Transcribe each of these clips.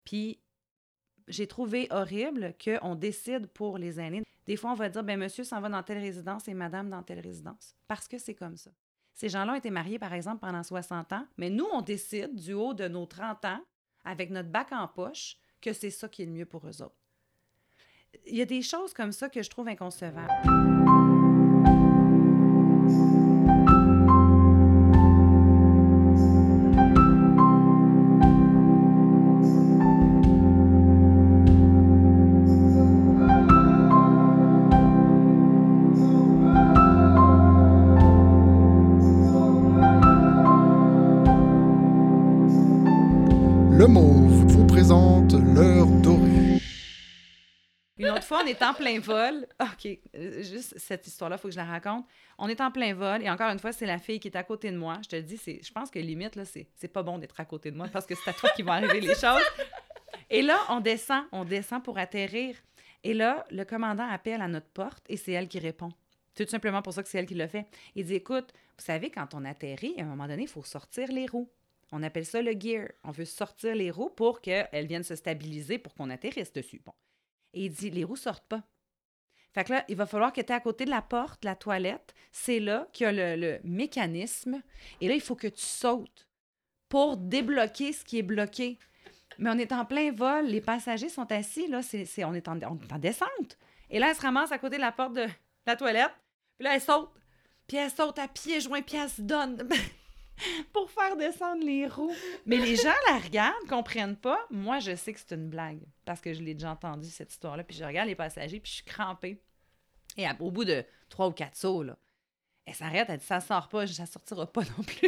Puis, j'ai trouvé horrible qu'on décide pour les aînés. Des fois, on va dire, ben monsieur s'en va dans telle résidence et madame dans telle résidence. Parce que c'est comme ça. Ces gens-là ont été mariés, par exemple, pendant 60 ans, mais nous, on décide, du haut de nos 30 ans, avec notre bac en poche, que c'est ça qui est le mieux pour eux autres. Il y a des choses comme ça que je trouve inconcevables. Le Mauve vous présente l'heure dorée. Une autre fois, on est en plein vol. OK, juste cette histoire-là, il faut que je la raconte. On est en plein vol et encore une fois, c'est la fille qui est à côté de moi. Je te le dis, je pense que limite, là, c'est pas bon d'être à côté de moi parce que c'est à toi qui vont arriver les choses. Et là, on descend pour atterrir. Et là, le commandant appelle à notre porte et c'est elle qui répond. C'est tout simplement pour ça que c'est elle qui l'a fait. Il dit, écoute, vous savez, quand on atterrit, à un moment donné, il faut sortir les roues. On appelle ça le gear. On veut sortir les roues pour qu'elles viennent se stabiliser pour qu'on atterrisse dessus. Bon. Et il dit, les roues sortent pas. Fait que là, il va falloir que tu es à côté de la porte, la toilette. C'est là qu'il y a le mécanisme. Et là, il faut que tu sautes pour débloquer ce qui est bloqué. Mais on est en plein vol. Les passagers sont assis. Là, on est en descente. Et là, elle se ramasse à côté de la porte de la toilette. Puis là, elle saute. Puis elle saute à pieds joints. Puis elle se donne pour faire descendre les roues. Mais les gens la regardent, comprennent pas. Moi, je sais que c'est une blague parce que je l'ai déjà entendu, cette histoire-là. Puis je regarde les passagers, puis je suis crampée. Et au bout de 3 ou 4 sauts, là, elle s'arrête, elle dit « ça sort pas, ça sortira pas non plus. »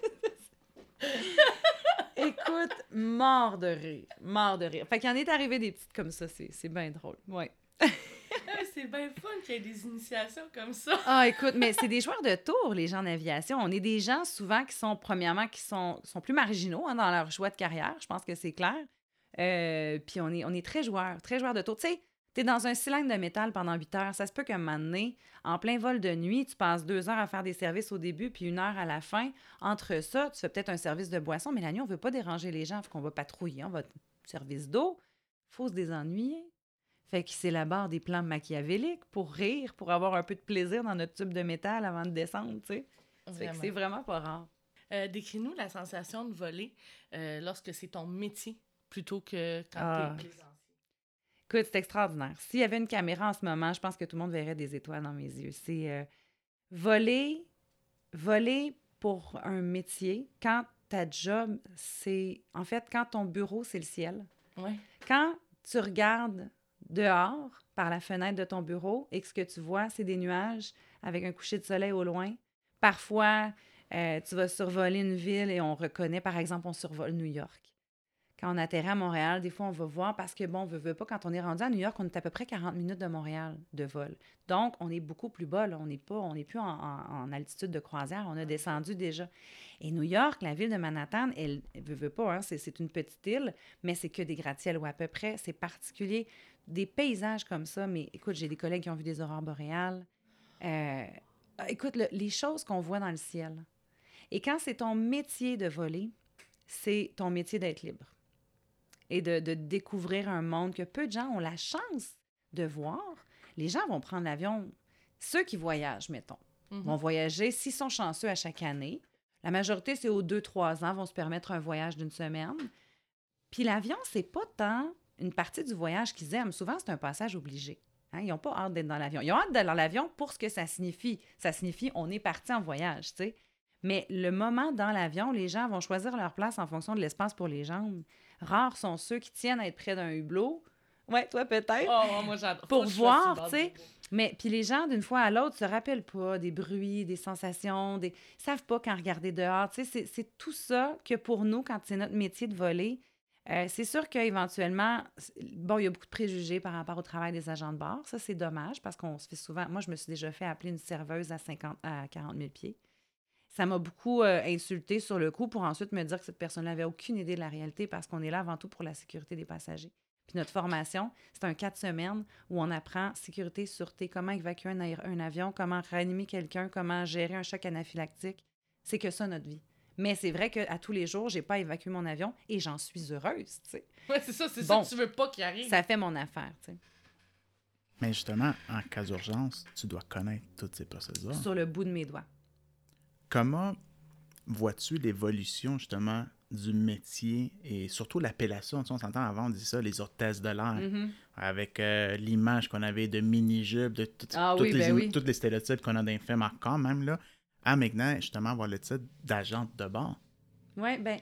Écoute, mort de rire, mort de rire. Fait qu'il en est arrivé des petites comme ça, c'est bien drôle, ouais. C'est bien fun qu'il y ait des initiations comme ça. Ah, écoute, mais c'est des joueurs de tour, les gens en aviation. On est des gens souvent qui sont, premièrement, qui sont plus marginaux dans leur choix de carrière. Je pense que c'est clair. Puis on est très joueurs de tour. Tu sais, t'es dans un cylindre de métal pendant 8 heures. Ça se peut qu'un moment donné, en plein vol de nuit, tu passes 2 heures à faire des services au début puis 1 heure à la fin. Entre ça, tu fais peut-être un service de boisson, mais la nuit, on veut pas déranger les gens. Faut qu'on va patrouiller, on va service d'eau. Faut se désennuyer. Fait que c'est la barre des plans machiavéliques pour rire, pour avoir un peu de plaisir dans notre tube de métal avant de descendre, tu sais. Fait que c'est vraiment pas rare. Décris-nous la sensation de voler lorsque c'est ton métier plutôt que quand t'es plaisancier. Écoute, c'est extraordinaire. S'il y avait une caméra en ce moment, je pense que tout le monde verrait des étoiles dans mes yeux. C'est voler pour un métier, quand ta job, c'est... En fait, quand ton bureau, c'est le ciel. Ouais. Quand tu regardes dehors, par la fenêtre de ton bureau, et que ce que tu vois, c'est des nuages avec un coucher de soleil au loin. Parfois, tu vas survoler une ville et on reconnaît, par exemple, on survole New York. Quand on atterrit à Montréal, des fois, on va voir parce que, bon, on veut pas, quand on est rendu à New York, on est à peu près 40 minutes de Montréal de vol. Donc, on est beaucoup plus bas, là. On n'est plus en altitude de croisière, on a descendu déjà. Et New York, la ville de Manhattan, elle veut pas, hein, c'est une petite île, mais c'est que des gratte-ciels ou à peu près, c'est particulier. Des paysages comme ça, mais écoute, j'ai des collègues qui ont vu des aurores boréales. Écoute, les choses qu'on voit dans le ciel. Et quand c'est ton métier de voler, c'est ton métier d'être libre et de découvrir un monde que peu de gens ont la chance de voir. Les gens vont prendre l'avion, ceux qui voyagent, mettons, vont voyager, s'ils sont chanceux à chaque année. La majorité, c'est aux 2-3 ans, vont se permettre un voyage d'une semaine. Puis l'avion, c'est pas tant une partie du voyage qu'ils aiment. Souvent, c'est un passage obligé. Hein? Ils n'ont pas hâte d'être dans l'avion. Ils ont hâte d'être dans l'avion pour ce que ça signifie. Ça signifie on est parti en voyage, tu sais. Mais le moment dans l'avion, les gens vont choisir leur place en fonction de l'espace pour les jambes. Rares sont ceux qui tiennent à être près d'un hublot. Ouais, toi peut-être. Oh, moi j'adore. Pour voir, tu sais. Mais puis les gens, d'une fois à l'autre, se rappellent pas des bruits, des sensations, ils savent pas quand regarder dehors. Tu sais, c'est tout ça que pour nous, quand c'est notre métier de voler, c'est sûr qu'éventuellement, bon, il y a beaucoup de préjugés par rapport au travail des agents de bord. Ça, c'est dommage parce qu'on se fait souvent... Moi, je me suis déjà fait appeler une serveuse à 40 000 pieds. Ça m'a beaucoup insultée sur le coup pour ensuite me dire que cette personne n'avait aucune idée de la réalité parce qu'on est là avant tout pour la sécurité des passagers. Puis notre formation, c'est un 4 semaines où on apprend sécurité, sûreté, comment évacuer un avion, comment réanimer quelqu'un, comment gérer un choc anaphylactique. C'est que ça, notre vie. Mais c'est vrai qu'à tous les jours, j'ai pas évacué mon avion et j'en suis heureuse, tu sais. Ouais, c'est ça que tu veux pas qu'il arrive. Ça fait mon affaire, tu sais. Mais justement, en cas d'urgence, tu dois connaître toutes ces procédures. Sur le bout de mes doigts. Comment vois-tu l'évolution, justement, du métier et surtout l'appellation? Tu sais, on s'entend avant, on disait ça, les hôtesses de l'air, avec l'image qu'on avait de mini-jupe, de tous les stéréotypes qu'on a dans les films encore même, là, à maintenant, justement, avoir le titre d'agente de bord. Oui, bien,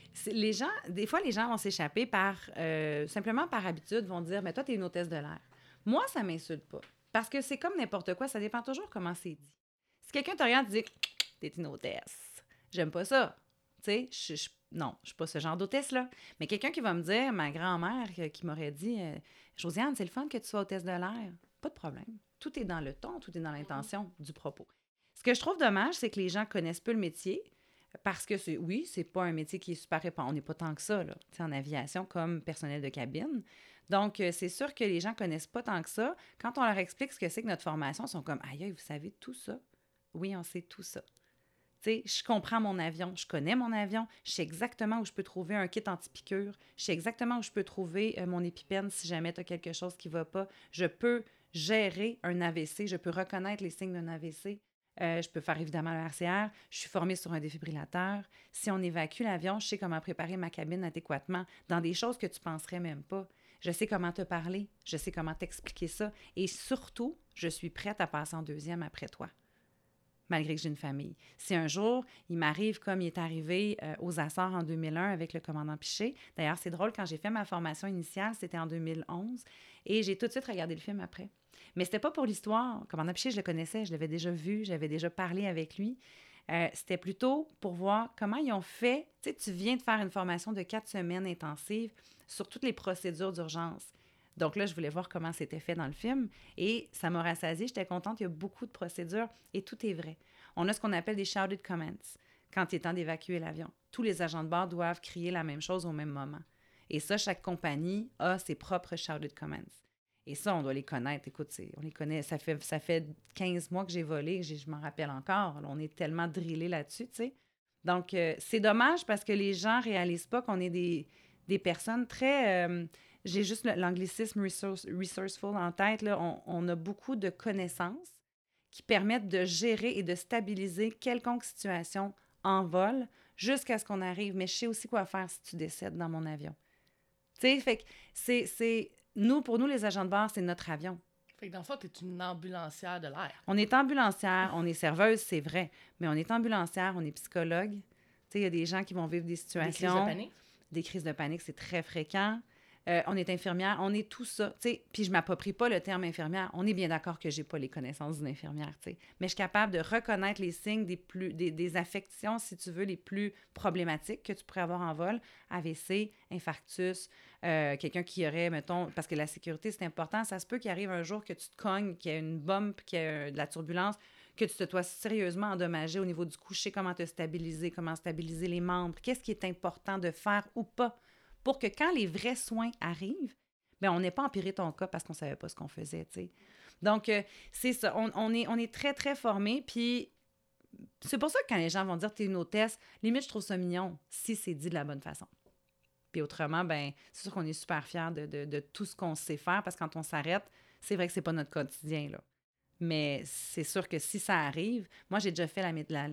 des fois, les gens vont s'échapper simplement par habitude, vont dire, mais toi, t'es une hôtesse de l'air. Moi, ça m'insulte pas. Parce que c'est comme n'importe quoi, ça dépend toujours comment c'est dit. Si quelqu'un te regarde et dit « T'es une hôtesse », j'aime pas ça. Tu sais, non, je suis pas ce genre d'hôtesse-là. Mais quelqu'un qui va me dire, ma grand-mère qui m'aurait dit « Josiane, c'est le fun que tu sois hôtesse de l'air. » Pas de problème. Tout est dans le ton, tout est dans l'intention du propos. Ce que je trouve dommage, c'est que les gens connaissent peu le métier parce que c'est pas un métier qui est super répandu. On n'est pas tant que ça, là, en aviation comme personnel de cabine. Donc, c'est sûr que les gens connaissent pas tant que ça. Quand on leur explique ce que c'est que notre formation, ils sont comme « Aïe, vous savez tout ça? » Oui, on sait tout ça. Tu sais, je comprends mon avion, je connais mon avion, je sais exactement où je peux trouver un kit anti-piqûre, je sais exactement où je peux trouver mon épipène si jamais tu as quelque chose qui va pas. Je peux gérer un AVC, je peux reconnaître les signes d'un AVC. Je peux faire évidemment le RCR. Je suis formée sur un défibrillateur. Si on évacue l'avion, je sais comment préparer ma cabine adéquatement dans des choses que tu penserais même pas. Je sais comment te parler, je sais comment t'expliquer ça. Et surtout, je suis prête à passer en deuxième après toi, malgré que j'ai une famille. Si un jour, il m'arrive comme il est arrivé aux Açores en 2001 avec le commandant Piché. D'ailleurs, c'est drôle, quand j'ai fait ma formation initiale, c'était en 2011, et j'ai tout de suite regardé le film après. Mais c'était pas pour l'histoire. Le commandant Piché, je le connaissais, je l'avais déjà vu, j'avais déjà parlé avec lui. C'était plutôt pour voir comment ils ont fait. Tu sais, tu viens de faire une formation de 4 semaines intensive sur toutes les procédures d'urgence. Donc là, je voulais voir comment c'était fait dans le film et ça m'a rassasiée. J'étais contente. Il y a beaucoup de procédures et tout est vrai. On a ce qu'on appelle des shouted comments quand il est temps d'évacuer l'avion. Tous les agents de bord doivent crier la même chose au même moment. Et ça, chaque compagnie a ses propres shouted comments. Et ça, on doit les connaître. Écoute, on les connaît. Ça fait 15 mois que j'ai volé. Je m'en rappelle encore. On est tellement drillés là-dessus, tu sais. Donc, c'est dommage parce que les gens ne réalisent pas qu'on est des personnes très... j'ai juste l'anglicisme resourceful en tête. Là. On a beaucoup de connaissances qui permettent de gérer et de stabiliser quelconque situation en vol jusqu'à ce qu'on arrive. Mais je sais aussi quoi faire si tu décèdes dans mon avion. Tu sais, fait que c'est... Pour nous, les agents de bord, c'est notre avion. Fait que dans le fond, t'es une ambulancière de l'air. On est ambulancière, on est serveuse, c'est vrai, mais on est ambulancière, on est psychologue. Tu sais, il y a des gens qui vont vivre des situations... Des crises de panique? Des crises de panique, c'est très fréquent. On est infirmière, on est tout ça. Tu sais, puis je m'approprie pas le terme infirmière. On est bien d'accord que j'ai pas les connaissances d'une infirmière, tu sais. Mais je suis capable de reconnaître les signes des affections, si tu veux, les plus problématiques que tu pourrais avoir en vol. AVC, infarctus, quelqu'un qui aurait, mettons, parce que la sécurité, c'est important. Ça se peut qu'il arrive un jour que tu te cognes, qu'il y ait une bump, qu'il y ait de la turbulence, que tu te sois sérieusement endommagé au niveau du coucher, comment te stabiliser, comment stabiliser les membres, qu'est-ce qui est important de faire ou pas, pour que quand les vrais soins arrivent, bien, on n'ait pas empiré ton cas parce qu'on ne savait pas ce qu'on faisait, tu sais. Donc, c'est ça. On est très, très formés, puis c'est pour ça que quand les gens vont dire « t'es une hôtesse », limite, je trouve ça mignon si c'est dit de la bonne façon. Puis autrement, bien, c'est sûr qu'on est super fiers de tout ce qu'on sait faire, parce que quand on s'arrête, c'est vrai que c'est pas notre quotidien, là. Mais c'est sûr que si ça arrive... Moi, j'ai déjà fait la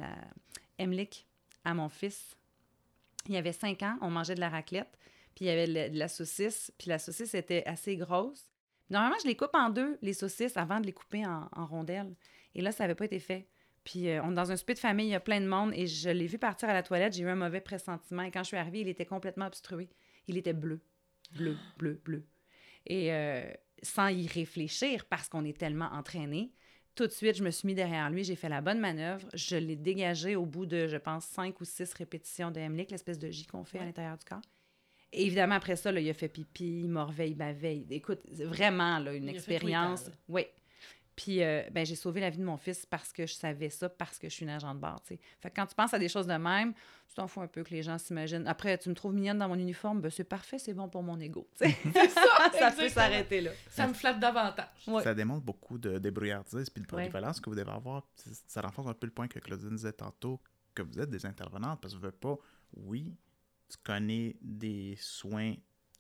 Emlik à mon fils. Il y avait 5 ans, on mangeait de la raclette, puis il y avait de la saucisse, puis la saucisse était assez grosse. Normalement, je les coupe en 2, les saucisses, avant de les couper en rondelles. Et là, ça n'avait pas été fait. Puis on est dans un souper de famille, il y a plein de monde, et je l'ai vu partir à la toilette, j'ai eu un mauvais pressentiment. Et quand je suis arrivée, il était complètement obstrué. Il était bleu. Bleu, bleu, bleu. Et sans y réfléchir, parce qu'on est tellement entraînés, tout de suite, je me suis mis derrière lui, j'ai fait la bonne manœuvre, je l'ai dégagé au bout de, je pense, 5 ou 6 répétitions de Heimlich, l'espèce de J qu'on fait à l'intérieur du corps. Et évidemment, après ça, là, il a fait pipi, il morvait, il bavait. Écoute, vraiment, là, une expérience. Oui. Puis, ben, j'ai sauvé la vie de mon fils parce que je savais ça, parce que je suis une agent de bord, tu sais. Fait que quand tu penses à des choses de même, tu t'en fous un peu que les gens s'imaginent. Après, tu me trouves mignonne dans mon uniforme, ben c'est parfait, c'est bon pour mon ego, tu sais. C'est ça, ça peut s'arrêter là. Ça me flatte davantage. Ouais. Ça démontre beaucoup de débrouillardise puis de polyvalence que vous devez avoir. Ça renforce un peu le point que Claudine disait tantôt, que vous êtes des intervenantes, parce que vous ne veux pas, oui, tu connais des soins,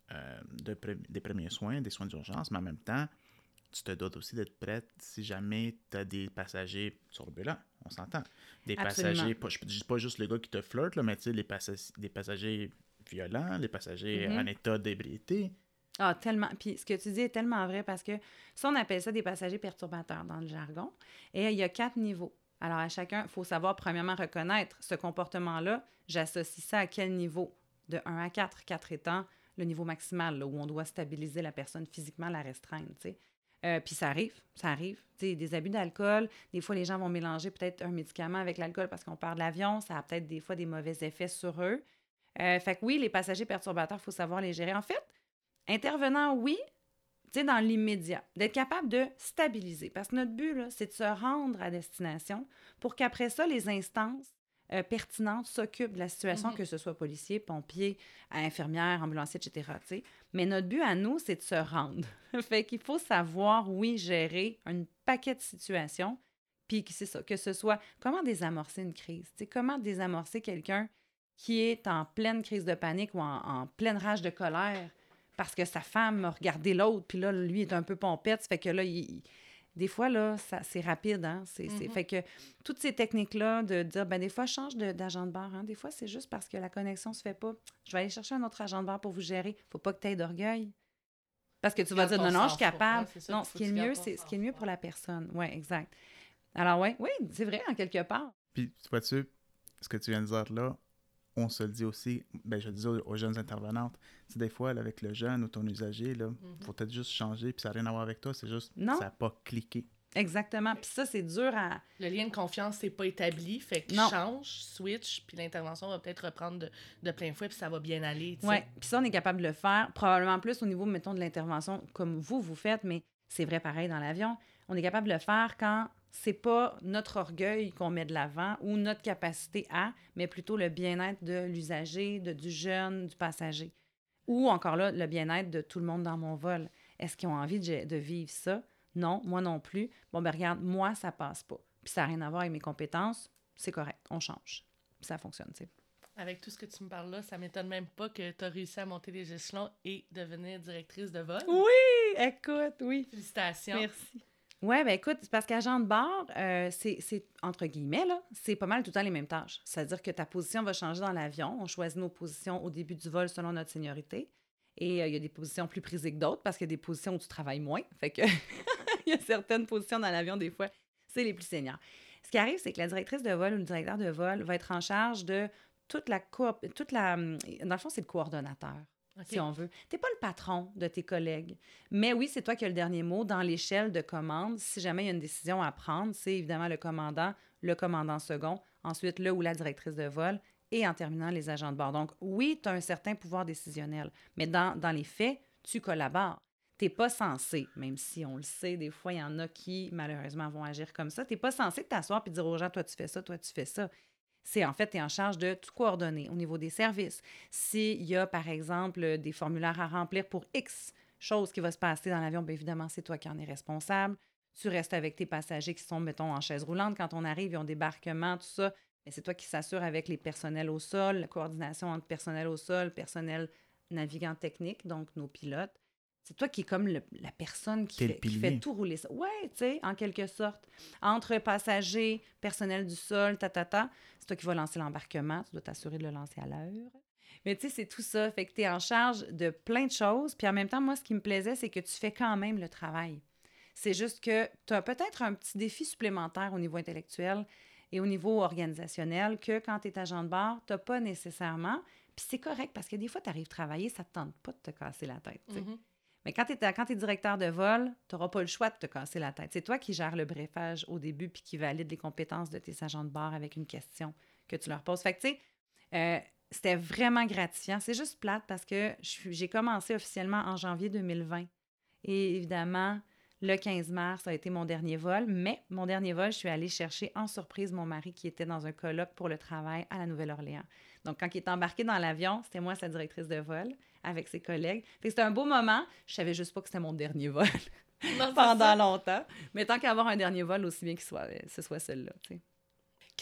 des premiers soins, des soins d'urgence, mais en même temps, tu te dois aussi d'être prête si jamais tu as des passagers turbulents, on s'entend. Des passagers, je ne dis pas juste le gars qui te flirte, là, mais tu sais, des passagers violents, les passagers en état d'ébriété. Ah, tellement. Puis ce que tu dis est tellement vrai parce que ça, on appelle ça des passagers perturbateurs dans le jargon. Et il y a 4 niveaux. Alors, à chacun, il faut savoir, premièrement, reconnaître ce comportement-là. J'associe ça à quel niveau? De 1 à 4, 4 étant le niveau maximal, là, où on doit stabiliser la personne physiquement, la restreindre, tu sais. Puis ça arrive. Tu sais, des abus d'alcool. Des fois, les gens vont mélanger peut-être un médicament avec l'alcool parce qu'on part de l'avion. Ça a peut-être des fois des mauvais effets sur eux. Fait que oui, les passagers perturbateurs, il faut savoir les gérer. En fait, intervenant, oui, tu sais, dans l'immédiat, d'être capable de stabiliser. Parce que notre but, là, c'est de se rendre à destination pour qu'après ça, les instances pertinentes s'occupent de la situation, que ce soit policier, pompier, infirmière, ambulancier, etc. T'sais. Mais notre but à nous, c'est de se rendre. Fait qu'il faut savoir, oui, gérer un paquet de situations, puis c'est ça, que ce soit comment désamorcer une crise, t'sais, comment désamorcer quelqu'un qui est en pleine crise de panique ou en pleine rage de colère parce que sa femme a regardé l'autre, puis là, lui est un peu pompette, ça fait que là, des fois, là, c'est rapide, hein? Fait que toutes ces techniques-là de dire, ben des fois, je change d'agent de bar, hein? Des fois, c'est juste parce que la connexion se fait pas. Je vais aller chercher un autre agent de bar pour vous gérer. Faut pas que tu aies d'orgueil. Parce que tu vas dire, non, je suis capable. Non, ce qui est le mieux pour la personne. Oui, exact. Alors, oui, c'est vrai, en quelque part. Puis, vois-tu, ce que tu viens de dire là, on se le dit aussi, ben je le dis aux jeunes intervenantes, c'est des fois, là, avec le jeune ou ton usager, il faut peut-être juste changer, puis ça n'a rien à voir avec toi, c'est juste, ça n'a pas cliqué. Exactement, puis ça, c'est dur à... Le lien de confiance, c'est pas établi, fait que change, switch, puis l'intervention va peut-être reprendre de plein fouet, puis ça va bien aller, tu sais. Oui, puis ça, on est capable de le faire, probablement plus au niveau, mettons, de l'intervention, comme vous faites, mais c'est vrai pareil dans l'avion, on est capable de le faire quand c'est pas notre orgueil qu'on met de l'avant ou notre capacité à, mais plutôt le bien-être de l'usager, du jeune, du passager. Ou encore là, le bien-être de tout le monde dans mon vol. Est-ce qu'ils ont envie de vivre ça? Non, moi non plus. Bon, ben regarde, moi, ça passe pas. Puis ça n'a rien à voir avec mes compétences, c'est correct, on change. Puis ça fonctionne, tu sais. Avec tout ce que tu me parles là, ça m'étonne même pas que tu as réussi à monter les échelons et devenir directrice de vol. Oui! Écoute, oui. Félicitations. Merci. Oui, bien écoute, c'est parce qu'agent de bord, c'est entre guillemets, là, c'est pas mal tout le temps les mêmes tâches. C'est-à-dire que ta position va changer dans l'avion. On choisit nos positions au début du vol selon notre seniorité. Et il y a des positions plus prisées que d'autres parce qu'il y a des positions où tu travailles moins. Fait que il y a certaines positions dans l'avion, des fois, c'est les plus seniors. Ce qui arrive, c'est que la directrice de vol ou le directeur de vol va être en charge de toute la... Dans le fond, c'est le coordonnateur. Okay. Si on veut. Tu n'es pas le patron de tes collègues. Mais oui, c'est toi qui as le dernier mot dans l'échelle de commande. Si jamais il y a une décision à prendre, c'est évidemment le commandant second, ensuite le ou la directrice de vol et en terminant les agents de bord. Donc oui, tu as un certain pouvoir décisionnel, mais dans les faits, tu collabores. Tu n'es pas censé, même si on le sait, des fois, il y en a qui, malheureusement, vont agir comme ça, tu n'es pas censé t'asseoir et dire aux gens, toi, tu fais ça, toi, tu fais ça. C'est en fait, tu es en charge de tout coordonner au niveau des services. S'il y a, par exemple, des formulaires à remplir pour X choses qui va se passer dans l'avion, bien évidemment, c'est toi qui en es responsable. Tu restes avec tes passagers qui sont, mettons, en chaise roulante. Quand on arrive, ils ont débarquement, tout ça. Mais c'est toi qui s'assure avec les personnels au sol, la coordination entre personnel au sol, personnel navigant technique, donc nos pilotes. C'est toi qui es comme la personne qui fait tout rouler ça. Oui, tu sais, en quelque sorte. Entre passagers, personnel du sol, c'est toi qui vas lancer l'embarquement. Tu dois t'assurer de le lancer à l'heure. Mais tu sais, c'est tout ça. Fait que tu es en charge de plein de choses. Puis en même temps, moi, ce qui me plaisait, c'est que tu fais quand même le travail. C'est juste que tu as peut-être un petit défi supplémentaire au niveau intellectuel et au niveau organisationnel que quand tu es agent de bord, tu n'as pas nécessairement. Puis c'est correct parce que des fois, tu arrives travailler, ça ne te tente pas de te casser la tête. Mm-hmm. Mais quand tu es directeur de vol, tu n'auras pas le choix de te casser la tête. C'est toi qui gères le briefage au début puis qui valide les compétences de tes agents de bord avec une question que tu leur poses. Fait que, tu sais, c'était vraiment gratifiant. C'est juste plate parce que j'ai commencé officiellement en janvier 2020. Et évidemment, le 15 mars a été mon dernier vol. Mais mon dernier vol, je suis allée chercher en surprise mon mari qui était dans un colloque pour le travail à la Nouvelle-Orléans. Donc, quand il est embarqué dans l'avion, c'était moi, sa directrice de vol, avec ses collègues. Fait que c'était un beau moment. Je savais juste pas que c'était mon dernier vol pendant longtemps. Mais tant qu'avoir un dernier vol, aussi bien que ce soit celui-là, tu sais.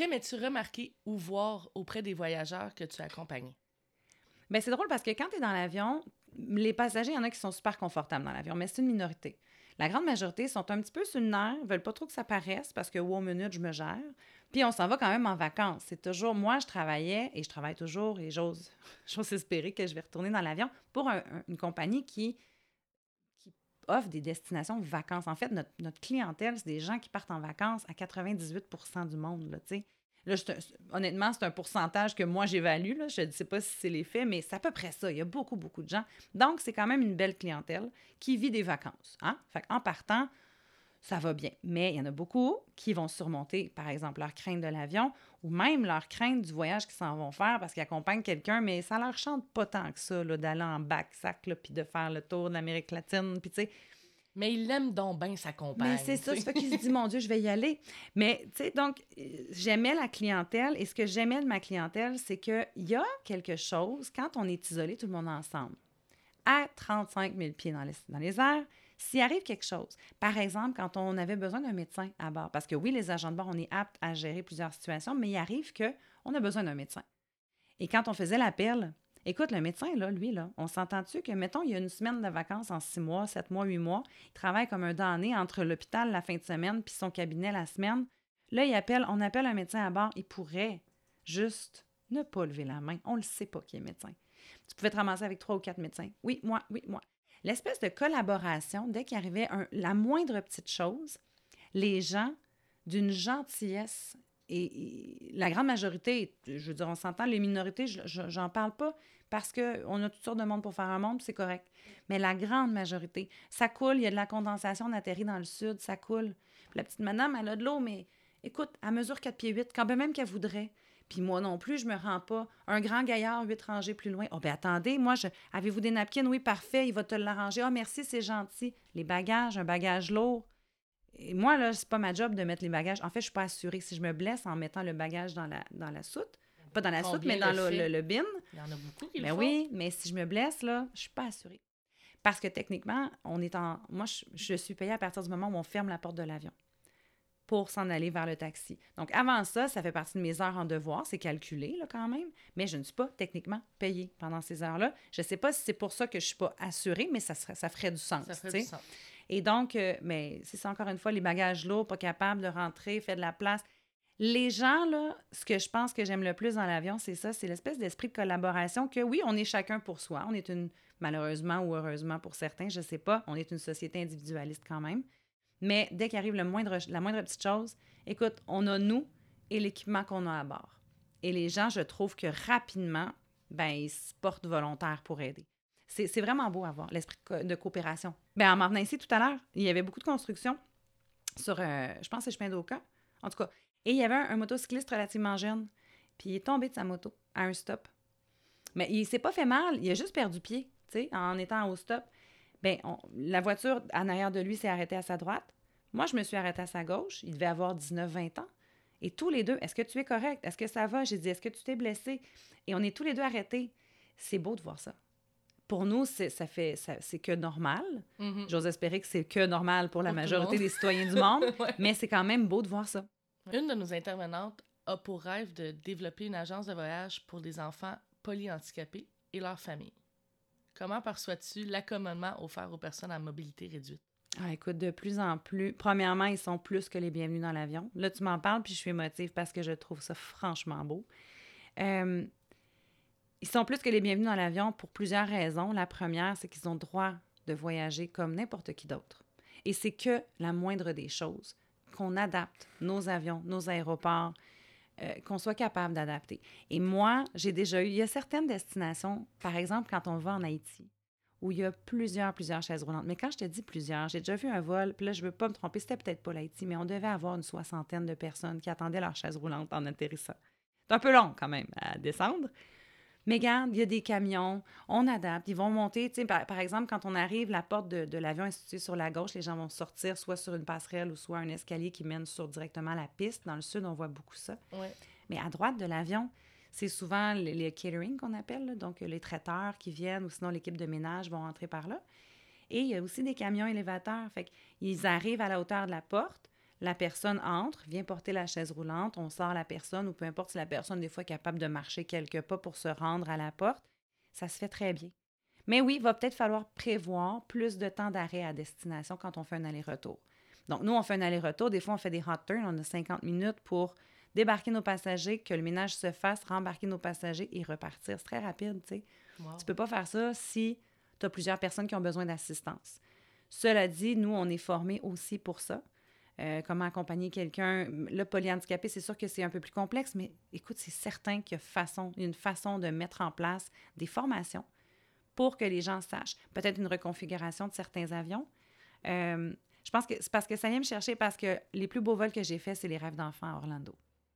Qu'aimais-tu remarquer ou voir auprès des voyageurs que tu accompagnais? Bien, c'est drôle parce que quand tu es dans l'avion, les passagers, il y en a qui sont super confortables dans l'avion, mais c'est une minorité. La grande majorité sont un petit peu sur le nerf, veulent pas trop que ça paraisse parce que, wow, minute, je me gère. Puis on s'en va quand même en vacances. C'est toujours, moi, je travaillais et je travaille toujours et j'ose espérer que je vais retourner dans l'avion pour une compagnie qui offre des destinations de vacances. En fait, notre clientèle, c'est des gens qui partent en vacances à 98% du monde, là, tu sais. Là, honnêtement, c'est un pourcentage que moi, j'évalue. Là. Je ne sais pas si c'est les faits, mais c'est à peu près ça. Il y a beaucoup, beaucoup de gens. Donc, c'est quand même une belle clientèle qui vit des vacances. Hein? Fait en partant, ça va bien. Mais il y en a beaucoup qui vont surmonter, par exemple, leur crainte de l'avion ou même leur crainte du voyage qu'ils s'en vont faire parce qu'ils accompagnent quelqu'un, mais ça leur chante pas tant que ça, là, d'aller en backpack puis de faire le tour de l'Amérique latine. Puis, tu sais, mais il l'aime donc bien sa compagne. mais c'est ça, ça fait qu'il se dit, mon Dieu, je vais y aller. Mais, tu sais, donc, j'aimais la clientèle. Et ce que j'aimais de ma clientèle, c'est qu'il y a quelque chose, quand on est isolé, tout le monde ensemble, à 35 000 pieds dans les airs, s'il arrive quelque chose, par exemple, quand on avait besoin d'un médecin à bord, parce que oui, les agents de bord, on est aptes à gérer plusieurs situations, mais il arrive qu'on a besoin d'un médecin. Et quand on faisait l'appel, écoute, le médecin, là, lui, là, on s'entend-tu que, mettons, il y a une semaine de vacances en 6 mois, 7 mois, 8 mois, il travaille comme un damné entre l'hôpital la fin de semaine puis son cabinet la semaine. Là, on appelle un médecin à bord, il pourrait juste ne pas lever la main. On ne le sait pas qui est médecin. Tu pouvais te ramasser avec 3 ou 4 médecins. Oui, moi. L'espèce de collaboration, dès qu'il arrivait la moindre petite chose, les gens, d'une gentillesse, et la grande majorité, je veux dire, on s'entend, les minorités, j'en parle pas parce qu'on a toutes sortes de monde pour faire un monde, puis c'est correct. Mais la grande majorité, ça coule, il y a de la condensation, on atterrit dans le sud, ça coule. Puis la petite madame, elle a de l'eau, mais écoute, elle mesure 4 pieds 8, quand même qu'elle voudrait. Puis moi non plus, je me rends pas. Un grand gaillard, 8 rangées plus loin. Oh, ben attendez, avez-vous des napkins? Oui, parfait, il va te l'arranger. Ah, merci, c'est gentil. Les bagages, un bagage lourd. Et moi, là, c'est pas ma job de mettre les bagages. En fait, je suis pas assurée. Si je me blesse en mettant le bagage dans la soute, pas dans la soute, mais dans le bin. Il y en a beaucoup qui le font. Oui, mais si je me blesse, là, je suis pas assurée. Parce que techniquement, moi, je suis payée à partir du moment où on ferme la porte de l'avion pour s'en aller vers le taxi. Donc, avant ça fait partie de mes heures en devoir. C'est calculé, là, quand même. Mais je ne suis pas techniquement payée pendant ces heures-là. Je ne sais pas si c'est pour ça que je ne suis pas assurée, mais ça ferait du sens. Ça ferait du sens. Et donc, mais c'est ça, encore une fois, les bagages lourds, pas capables de rentrer, fait de la place. Les gens, là, ce que je pense que j'aime le plus dans l'avion, c'est ça, c'est l'espèce d'esprit de collaboration que, oui, on est chacun pour soi. On est malheureusement ou heureusement pour certains, je ne sais pas, on est une société individualiste quand même. Mais dès qu'arrive la moindre petite chose, écoute, on a nous et l'équipement qu'on a à bord. Et les gens, je trouve que rapidement, ils se portent volontaires pour aider. C'est vraiment beau à voir, l'esprit de coopération. En m'en venant ici tout à l'heure, il y avait beaucoup de construction sur, je pense que c'est chemin d'Oka, en tout cas. Et il y avait un motocycliste relativement jeune, puis il est tombé de sa moto à un stop. Mais il s'est pas fait mal, il a juste perdu pied, tu sais, en étant au stop. La voiture en arrière de lui s'est arrêtée à sa droite. Moi, je me suis arrêtée à sa gauche. Il devait avoir 19-20 ans. Et tous les deux, est-ce que tu es correct? Est-ce que ça va? J'ai dit, est-ce que tu t'es blessé? Et on est tous les deux arrêtés. C'est beau de voir ça. Pour nous, c'est que normal. Mm-hmm. J'ose espérer que c'est que normal pour la majorité des citoyens du monde, ouais. Mais c'est quand même beau de voir ça. Une de nos intervenantes a pour rêve de développer une agence de voyage pour des enfants polyhandicapés et leurs familles. Comment perçois-tu l'accommodement offert aux personnes à mobilité réduite? Ah, écoute, de plus en plus, premièrement, ils sont plus que les bienvenus dans l'avion. Là, tu m'en parles, puis je suis émotive parce que je trouve ça franchement beau. Ils sont plus que les bienvenus dans l'avion pour plusieurs raisons. La première, c'est qu'ils ont le droit de voyager comme n'importe qui d'autre. Et c'est que la moindre des choses, qu'on adapte nos avions, nos aéroports, qu'on soit capable d'adapter. Et moi, j'ai déjà eu... Il y a certaines destinations, par exemple, quand on va en Haïti, où il y a plusieurs chaises roulantes. Mais quand je te dis plusieurs, j'ai déjà vu un vol, puis là, je ne veux pas me tromper, c'était peut-être pas l'Haïti, mais on devait avoir une 60aine de personnes qui attendaient leur chaise roulante en atterrissant. C'est un peu long, quand même, à descendre. Mais regarde, il y a des camions, on adapte, ils vont monter. Tu sais, par exemple, quand on arrive, la porte de l'avion est située sur la gauche, les gens vont sortir soit sur une passerelle ou soit un escalier qui mène directement à la piste. Dans le sud, on voit beaucoup ça. Ouais. Mais à droite de l'avion, c'est souvent les catering qu'on appelle, là, donc les traiteurs qui viennent ou sinon l'équipe de ménage vont entrer par là. Et il y a aussi des camions élévateurs. Fait qu'ils arrivent à la hauteur de la porte. la personne entre, vient porter la chaise roulante, on sort la personne, ou peu importe si la personne, des fois, est capable de marcher quelques pas pour se rendre à la porte, ça se fait très bien. Mais oui, il va peut-être falloir prévoir plus de temps d'arrêt à destination quand on fait un aller-retour. Donc, nous, on fait un aller-retour. Des fois, on fait des hot turns. On a 50 minutes pour débarquer nos passagers, que le ménage se fasse, rembarquer nos passagers et repartir. C'est très rapide, tu sais. Wow. Tu peux pas faire ça si tu as plusieurs personnes qui ont besoin d'assistance. Cela dit, nous, on est formés aussi pour ça. Comment accompagner quelqu'un. Le polyhandicapé, c'est sûr que c'est un peu plus complexe, mais écoute, c'est certain qu'il y a une façon de mettre en place des formations pour que les gens sachent. Peut-être une reconfiguration de certains avions. Je pense que c'est parce que ça vient me chercher, parce que les plus beaux vols que j'ai faits, c'est les rêves d'enfants à Orlando.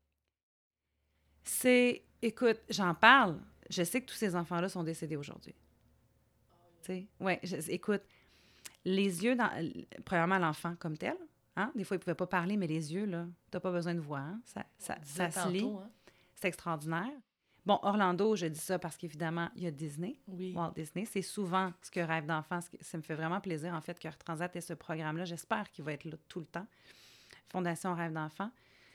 Écoute, j'en parle. Je sais que tous ces enfants-là sont décédés aujourd'hui. Tu sais, ouais, écoute, les yeux, premièrement, l'enfant comme tel, hein? Des fois, il ne pouvait pas parler, mais les yeux, là, tu n'as pas besoin de voix, hein? Ça se lit. Hein? C'est extraordinaire. Bon, Orlando, je dis ça parce qu'évidemment, il y a Disney. Oui. Walt Disney, c'est souvent ce que Rêve d'enfant. Ça me fait vraiment plaisir, en fait, que Air Transat ait ce programme-là. J'espère qu'il va être là tout le temps. Fondation Rêve d'enfant.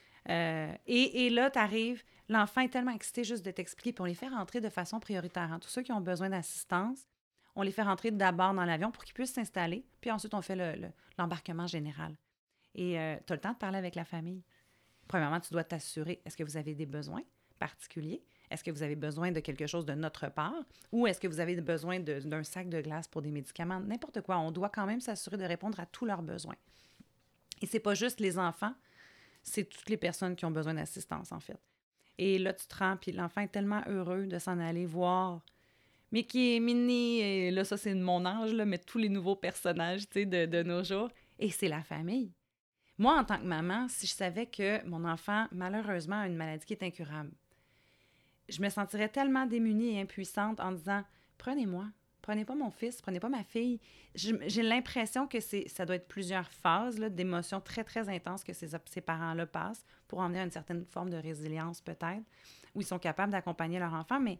Et là, tu arrives, l'enfant est tellement excité juste de t'expliquer, puis on les fait rentrer de façon prioritaire. Hein. Tous ceux qui ont besoin d'assistance, on les fait rentrer d'abord dans l'avion pour qu'ils puissent s'installer, puis ensuite, on fait l'embarquement général. Et tu as le temps de parler avec la famille. Premièrement, tu dois t'assurer, est-ce que vous avez des besoins particuliers? Est-ce que vous avez besoin de quelque chose de notre part? Ou est-ce que vous avez besoin d'un sac de glace pour des médicaments? N'importe quoi. On doit quand même s'assurer de répondre à tous leurs besoins. Et c'est pas juste les enfants, c'est toutes les personnes qui ont besoin d'assistance, en fait. Et là, tu te rends, puis l'enfant est tellement heureux de s'en aller voir Mickey, Minnie, et là, ça, c'est de mon âge, là, mais tous les nouveaux personnages, tu sais, de nos jours. Et c'est la famille. Moi, en tant que maman, si je savais que mon enfant, malheureusement, a une maladie qui est incurable, je me sentirais tellement démunie et impuissante en disant « Prenez-moi, prenez pas mon fils, prenez pas ma fille. » J'ai l'impression que ça doit être plusieurs phases là, d'émotions très, très intenses que ces parents-là passent pour emmener une certaine forme de résilience peut-être, où ils sont capables d'accompagner leur enfant, mais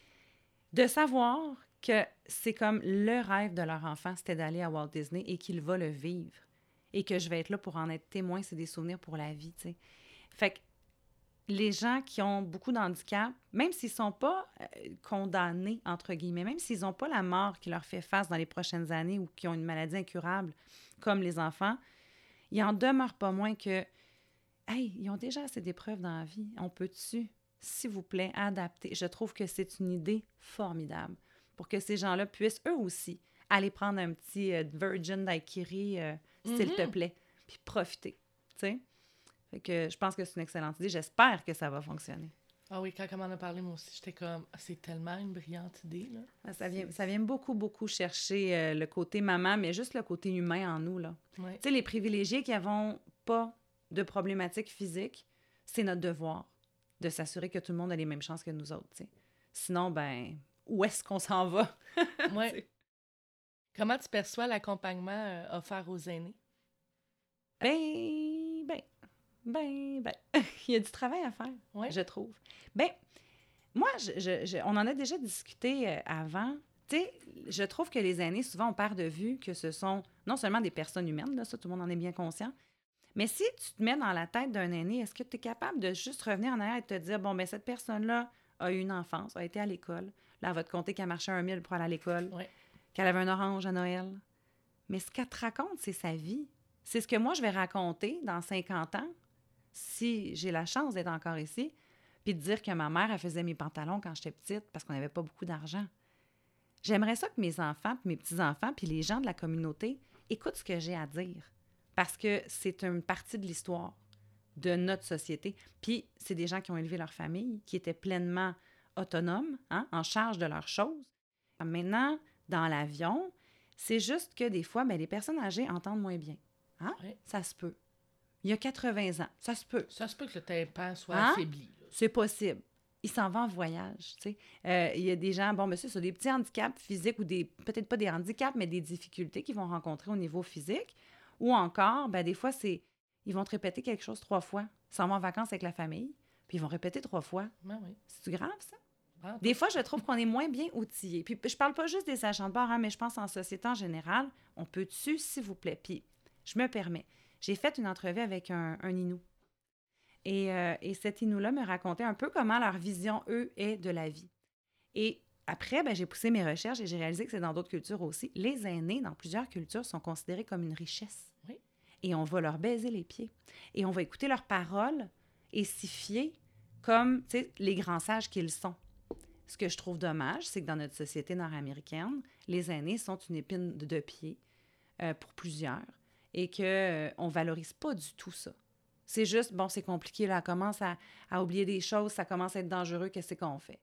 de savoir que c'est comme le rêve de leur enfant, c'était d'aller à Walt Disney et qu'il va le vivre et que je vais être là pour en être témoin, c'est des souvenirs pour la vie, tu sais. Fait que les gens qui ont beaucoup d'handicap, même s'ils ne sont pas condamnés, entre guillemets, même s'ils n'ont pas la mort qui leur fait face dans les prochaines années ou qui ont une maladie incurable, comme les enfants, il n'en demeure pas moins que, hey, ils ont déjà assez d'épreuves dans la vie. On peut-tu, s'il vous plaît, adapter? Je trouve que c'est une idée formidable pour que ces gens-là puissent, eux aussi, aller prendre un petit Virgin Daiquiri, s'il te plaît, puis profiter, tu sais? Fait que je pense que c'est une excellente idée. J'espère que ça va fonctionner. Ah oui, quand on m'en a parlé, moi aussi, j'étais comme, c'est tellement une brillante idée, là. Ça vient beaucoup, beaucoup chercher le côté maman, mais juste le côté humain en nous, là. Ouais. Tu sais, les privilégiés qui n'avons pas de problématiques physiques, c'est notre devoir de s'assurer que tout le monde a les mêmes chances que nous autres, tu sais. Sinon, ben, où est-ce qu'on s'en va? Ouais. Comment tu perçois l'accompagnement offert aux aînés? Ben, il y a du travail à faire, je trouve. Ben, moi, on en a déjà discuté avant. Tu sais, je trouve que les aînés, souvent, on perd de vue que ce sont non seulement des personnes humaines, là, ça, tout le monde en est bien conscient, mais si tu te mets dans la tête d'un aîné, est-ce que tu es capable de juste revenir en arrière et te dire, bon, ben cette personne-là a eu une enfance, a été à l'école, là, elle va te compter qu'elle marchait 1 000 pour aller à l'école, qu'elle avait un orange à Noël. Mais ce qu'elle te raconte, c'est sa vie. C'est ce que moi, je vais raconter dans 50 ans, si j'ai la chance d'être encore ici, puis de dire que ma mère, elle faisait mes pantalons quand j'étais petite parce qu'on n'avait pas beaucoup d'argent. J'aimerais ça que mes enfants, puis mes petits-enfants, puis les gens de la communauté écoutent ce que j'ai à dire parce que c'est une partie de l'histoire de notre société. Puis c'est des gens qui ont élevé leur famille, qui étaient pleinement autonomes, hein, en charge de leurs choses. Maintenant, dans l'avion, c'est juste que des fois, ben, les personnes âgées entendent moins bien. Hein? Oui. Ça se peut. Il y a 80 ans. Ça se peut. Ça se peut que le tympan soit affaibli. Là. C'est possible. Il s'en va en voyage, tu sais. Il y a des gens, bon, monsieur, sur des petits handicaps physiques ou peut-être pas des handicaps, mais des difficultés qu'ils vont rencontrer au niveau physique. Ou encore, ben, des fois, ils vont te répéter quelque chose 3 fois. Ils s'en vont en vacances avec la famille, puis ils vont répéter 3 fois. Ben oui. C'est-tu grave, ça? Des fois, je trouve qu'on est moins bien outillés. Puis je parle pas juste des agents de bord, hein, mais je pense en société en général. On peut-tu, s'il vous plaît? Puis je me permets. j'ai fait une entrevue avec un Inou. Et cet Inou-là me racontait un peu comment leur vision, eux, est de la vie. Et après, ben, j'ai poussé mes recherches et j'ai réalisé que c'est dans d'autres cultures aussi. Les aînés, dans plusieurs cultures, sont considérés comme une richesse. Oui. Et on va leur baiser les pieds. Et on va écouter leurs paroles et s'y fier comme, tu sais, les grands sages qu'ils sont. Ce que je trouve dommage, c'est que dans notre société nord-américaine, les aînés sont une épine de pied pour plusieurs et qu'on ne valorise pas du tout ça. C'est juste, bon, c'est compliqué, là, on commence à oublier des choses, ça commence à être dangereux, qu'est-ce qu'on fait?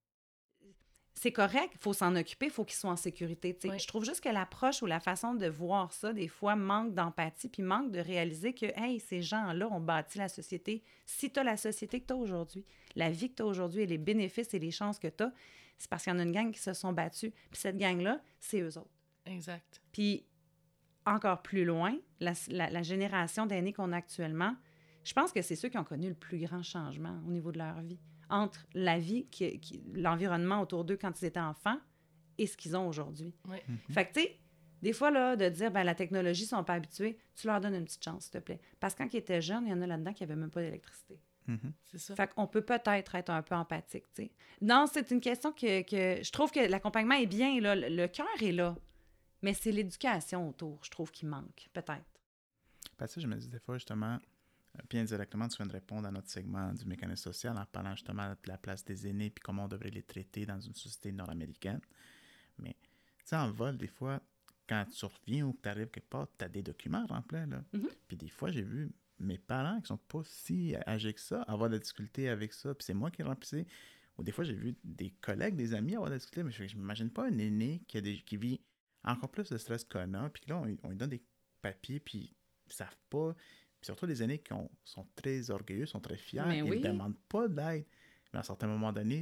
C'est correct, il faut s'en occuper, il faut qu'ils soient en sécurité. Oui. Je trouve juste que l'approche ou la façon de voir ça, des fois, manque d'empathie, puis manque de réaliser que, hey, ces gens-là ont bâti la société. Si tu as la société que tu as aujourd'hui, la vie que tu as aujourd'hui et les bénéfices et les chances que tu as, c'est parce qu'il y en a une gang qui se sont battus. Puis cette gang-là, c'est eux autres. Exact. Puis, encore plus loin, la génération d'aînés qu'on a actuellement, je pense que c'est ceux qui ont connu le plus grand changement au niveau de leur vie. Entre la vie, l'environnement autour d'eux quand ils étaient enfants et ce qu'ils ont aujourd'hui. Oui. Fait que, tu sais, des fois, là, de dire, ben la technologie, ils ne sont pas habitués, tu leur donnes une petite chance, s'il te plaît. Parce que quand ils étaient jeunes, il y en a là-dedans qui n'avaient même pas d'électricité. C'est ça. Fait qu'on peut peut-être être un peu empathique, tu sais. Non, c'est une question que je trouve que l'accompagnement est bien, là, le cœur est là, mais c'est l'éducation autour, je trouve, qui manque, peut-être. Parce que je me dis des fois, justement, bien directement, tu viens de répondre à notre segment du mécanisme social en parlant justement de la place des aînés puis comment on devrait les traiter dans une société nord-américaine. Mais, tu sais, en vol, des fois, quand tu reviens ou que tu arrives quelque part, tu as des documents remplis, là. Puis des fois, j'ai vu mes parents qui sont pas si âgés que ça avoir de la difficulté avec ça, puis c'est moi qui remplissais. Ou des fois, j'ai vu des collègues, des amis avoir de la difficulté, mais je m'imagine pas un aîné qui vit encore plus de stress qu'on a, puis là, on lui donne des papiers, puis ils savent pas. Puis surtout les aînés qui sont très orgueilleux, sont très fiers, ils ne demandent pas d'aide. Mais à un certain moment donné,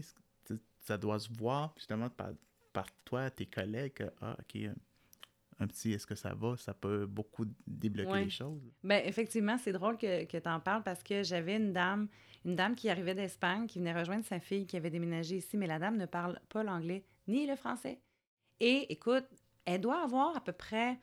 ça doit se voir justement par toi, tes collègues, que, OK, un petit, est-ce que ça va? Ça peut beaucoup débloquer les choses. Bien, effectivement, c'est drôle que tu en parles parce que j'avais une dame qui arrivait d'Espagne, qui venait rejoindre sa fille qui avait déménagé ici, mais la dame ne parle pas l'anglais ni le français. Et écoute, elle doit avoir à peu près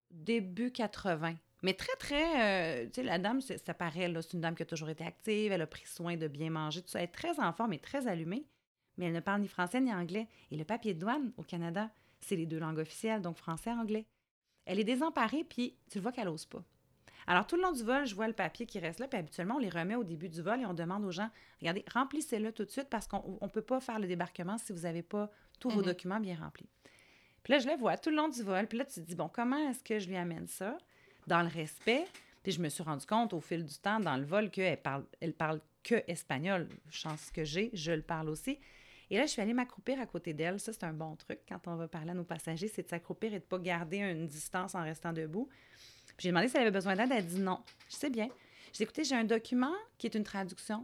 début 80. Mais très, très... tu sais, la dame, ça paraît, là, c'est une dame qui a toujours été active, elle a pris soin de bien manger, tout ça. Elle est très en forme et très allumée, mais elle ne parle ni français ni anglais. Et le papier de douane au Canada, c'est les 2 langues officielles, donc français et anglais. Elle est désemparée, puis tu le vois qu'elle n'ose pas. Alors, tout le long du vol, je vois le papier qui reste là, puis habituellement, on les remet au début du vol et on demande aux gens, regardez, remplissez-le tout de suite parce qu'on ne peut pas faire le débarquement si vous n'avez pas tous vos documents bien remplis. Puis là, je la vois tout le long du vol, puis là, tu te dis, bon, comment est-ce que je lui amène ça? Dans le respect, puis je me suis rendu compte au fil du temps dans le vol qu'elle parle que espagnol. Chance que j'ai, je le parle aussi. Et là, je suis allée m'accroupir à côté d'elle. Ça, c'est un bon truc quand on va parler à nos passagers, c'est de s'accroupir et de ne pas garder une distance en restant debout. Puis j'ai demandé si elle avait besoin d'aide. Elle a dit non. Je sais bien. J'ai dit, écoutez, j'ai un document qui est une traduction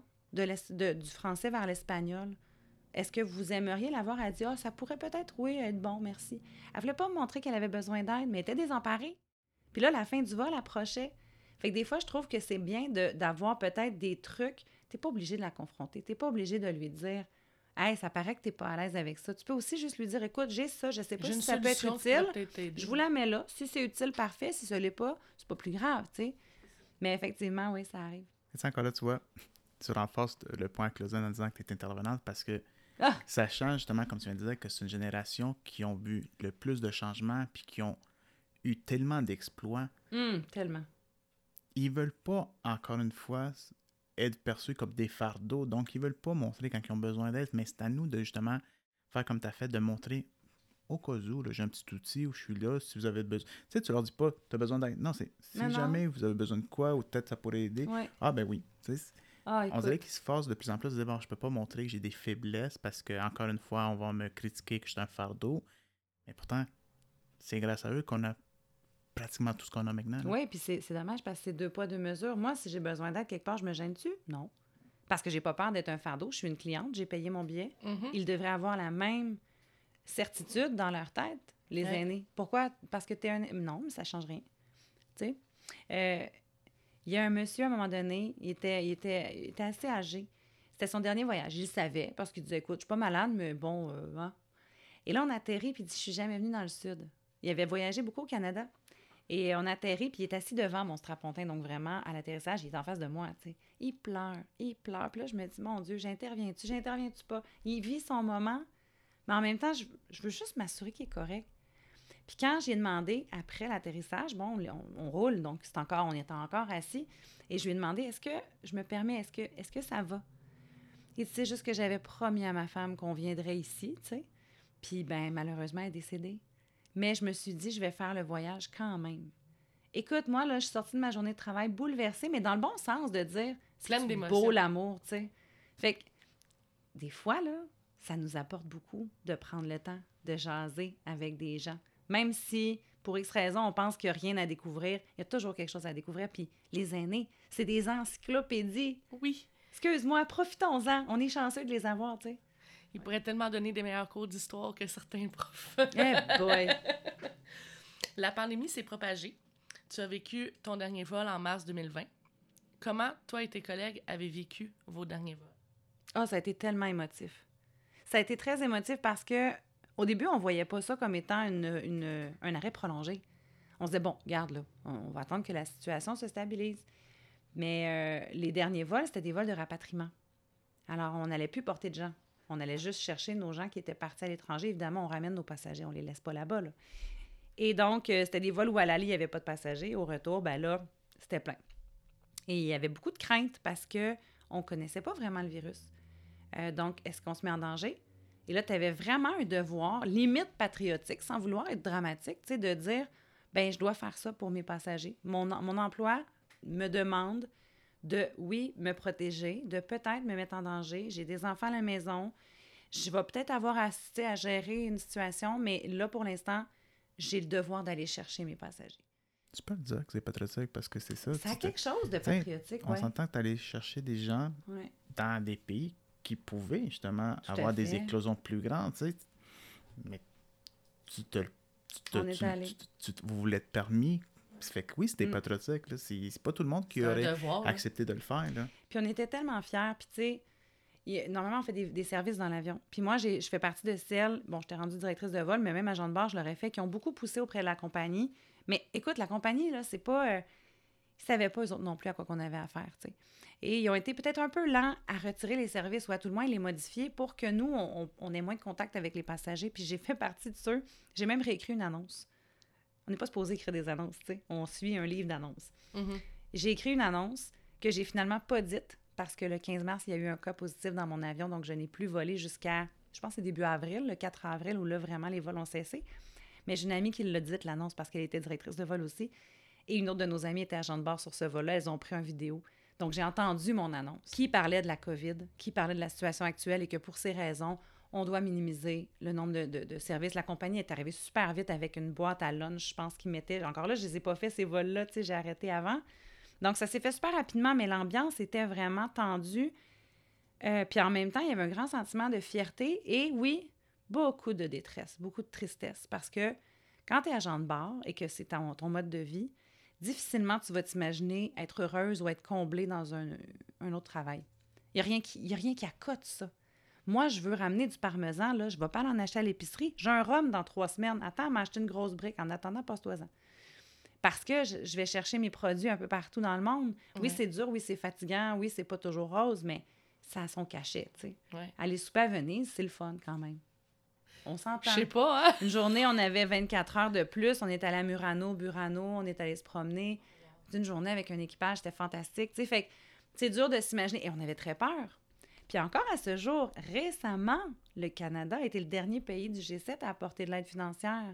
du français vers l'espagnol. Est-ce que vous aimeriez l'avoir? Elle a dit, ça pourrait peut-être, oui, être bon, merci. Elle ne voulait pas me montrer qu'elle avait besoin d'aide, mais elle était désemparée. Puis là, la fin du vol approchait. Fait que des fois, je trouve que c'est bien d'avoir peut-être des trucs. Tu n'es pas obligé de la confronter. Tu n'es pas obligé de lui dire « Hey, ça paraît que tu n'es pas à l'aise avec ça. » Tu peux aussi juste lui dire « Écoute, j'ai ça, je ne sais pas si ça peut être utile. Je vous la mets là. Si c'est utile, parfait. Si ça ne l'est pas, c'est pas plus grave. » tu sais. Mais effectivement, oui, ça arrive. Et encore là, tu vois, tu renforces le point à Claudine en disant que tu es intervenante parce que ça change justement, comme tu viens de dire, que c'est une génération qui ont vu le plus de changements puis qui ont eu tellement d'exploits. Tellement. Ils veulent pas, encore une fois, être perçus comme des fardeaux. Donc, ils veulent pas montrer quand ils ont besoin d'aide, mais c'est à nous de justement faire comme tu as fait, de montrer au cas où, là, j'ai un petit outil où je suis là, si vous avez besoin. Tu sais, tu leur dis pas, tu as besoin d'aide. Non, c'est si jamais vous avez besoin de quoi ou peut-être ça pourrait aider. Ouais. Ah, ben oui. On dirait qu'ils se forcent de plus en plus de dire, bon, je peux pas montrer que j'ai des faiblesses parce que, encore une fois, on va me critiquer que je suis un fardeau. Mais pourtant, c'est grâce à eux qu'on a pratiquement tout ce qu'on a maintenant. Oui, puis c'est dommage parce que c'est 2 poids, 2 mesures. Moi, si j'ai besoin d'aide quelque part, je me gêne-tu? Non. Parce que j'ai pas peur d'être un fardeau. Je suis une cliente, j'ai payé mon billet. Ils devraient avoir la même certitude dans leur tête, les aînés. Pourquoi? Parce que t'es un... Non, mais ça change rien. Tu sais? Il y a un monsieur, à un moment donné, il était assez âgé. C'était son dernier voyage. Il le savait parce qu'il disait, écoute, je suis pas malade, mais bon, hein. Et là, on atterrit, puis il dit, je suis jamais venu dans le Sud. Il avait voyagé beaucoup au Canada. Et on atterrit, puis il est assis devant mon strapontin, donc vraiment, à l'atterrissage, il est en face de moi, tu sais. Il pleure. Puis là, je me dis, mon Dieu, j'interviens-tu pas? Il vit son moment, mais en même temps, je veux juste m'assurer qu'il est correct. Puis quand j'ai demandé, après l'atterrissage, bon, on roule, donc on est encore assis, et je lui ai demandé, est-ce que je me permets, est-ce que ça va? Et c'est juste que j'avais promis à ma femme qu'on viendrait ici, tu sais. Puis, ben malheureusement, elle est décédée. Mais je me suis dit, je vais faire le voyage quand même. Écoute, moi, là, je suis sortie de ma journée de travail bouleversée, mais dans le bon sens de dire, c'est beau l'amour, tu sais. Fait que, des fois, là, ça nous apporte beaucoup de prendre le temps de jaser avec des gens. Même si, pour X raison, on pense qu'il n'y a rien à découvrir, il y a toujours quelque chose à découvrir. Puis les aînés, c'est des encyclopédies. Oui. Excuse-moi, profitons-en. On est chanceux de les avoir, tu sais. Ils pourraient tellement donner des meilleurs cours d'histoire que certains profs. Eh boy! La pandémie s'est propagée. Tu as vécu ton dernier vol en mars 2020. Comment, toi et tes collègues, avez vécu vos derniers vols? Ah, ça a été tellement émotif. Ça a été très émotif parce que au début, on voyait pas ça comme étant un arrêt prolongé. On se disait, bon, regarde là, on va attendre que la situation se stabilise. Mais les derniers vols, c'était des vols de rapatriement. Alors, on n'allait plus porter de gens. On allait juste chercher nos gens qui étaient partis à l'étranger. Évidemment, on ramène nos passagers, on les laisse pas là-bas, là. Et donc, c'était des vols où à l'aller, il n'y avait pas de passagers. Au retour, ben là, c'était plein. Et il y avait beaucoup de craintes parce qu'on ne connaissait pas vraiment le virus. Donc, est-ce qu'on se met en danger? Et là, tu avais vraiment un devoir, limite patriotique, sans vouloir être dramatique, tu sais, de dire, ben je dois faire ça pour mes passagers. Mon emploi me demande de, oui, me protéger, de peut-être me mettre en danger. J'ai des enfants à la maison. Je vais peut-être avoir à gérer une situation, mais là, pour l'instant, j'ai le devoir d'aller chercher mes passagers. Tu peux le dire que c'est patriotique parce que c'est ça. Ça a quelque chose de patriotique, oui. On s'entend que tu allais chercher des gens dans des pays qui pouvaient justement avoir des éclosions plus grandes, tu sais. Mais vous voulez être permis. Ça fait que oui, c'était patriotique. Là. C'est pas tout le monde qui aurait accepté de le faire. Là. Puis on était tellement fiers. Puis tu sais, normalement, on fait des services dans l'avion. Puis moi, je fais partie de celles, bon, j'étais rendue directrice de vol, mais même agent de bord, je l'aurais fait, qui ont beaucoup poussé auprès de la compagnie. Mais écoute, la compagnie, là, c'est pas... ils savaient pas, eux autres non plus, à quoi qu'on avait affaire, tu sais. Et ils ont été peut-être un peu lents à retirer les services ou à tout le moins les modifier pour que nous, on ait moins de contact avec les passagers. Puis j'ai fait partie de ceux... J'ai même réécrit une annonce. On n'est pas supposé écrire des annonces, tu sais. On suit un livre d'annonces. Mm-hmm. J'ai écrit une annonce que j'ai finalement pas dite parce que le 15 mars, il y a eu un cas positif dans mon avion, donc je n'ai plus volé jusqu'à, je pense que c'est début avril, le 4 avril, où là, vraiment, les vols ont cessé. Mais j'ai une amie qui l'a dite, l'annonce, parce qu'elle était directrice de vol aussi. Et une autre de nos amies était agent de bord sur ce vol-là. Elles ont pris une vidéo. Donc, j'ai entendu mon annonce qui parlait de la COVID, qui parlait de la situation actuelle et que pour ces raisons, on doit minimiser le nombre de services. La compagnie est arrivée super vite avec une boîte à lunch, je pense qu'ils mettaient... Encore là, je ne les ai pas fait, ces vols-là, tu sais, j'ai arrêté avant. Donc, ça s'est fait super rapidement, mais l'ambiance était vraiment tendue. Puis en même temps, il y avait un grand sentiment de fierté et, oui, beaucoup de détresse, beaucoup de tristesse. Parce que quand tu es agent de bord et que c'est ton mode de vie, difficilement tu vas t'imaginer être heureuse ou être comblée dans un autre travail. Il n'y a rien qui accote ça. Moi, je veux ramener du parmesan, là, je ne vais pas aller en acheter à l'épicerie. J'ai un rhum dans 3 semaines. Attends, m'acheter une grosse brique. En attendant, passe-toi-en. Parce que je vais chercher mes produits un peu partout dans le monde. Oui, c'est dur, oui, c'est fatigant, oui, c'est pas toujours rose, mais ça a son cachet, tu sais. Ouais. Aller souper à Venise, c'est le fun quand même. On s'entend. Je sais pas, hein? Une journée, on avait 24 heures de plus. On est allé à Burano, on est allé se promener. Une journée avec un équipage, c'était fantastique. Tu sais, fait que c'est dur de s'imaginer. Et on avait très peur. Puis encore à ce jour, récemment, le Canada a été le dernier pays du G7 à apporter de l'aide financière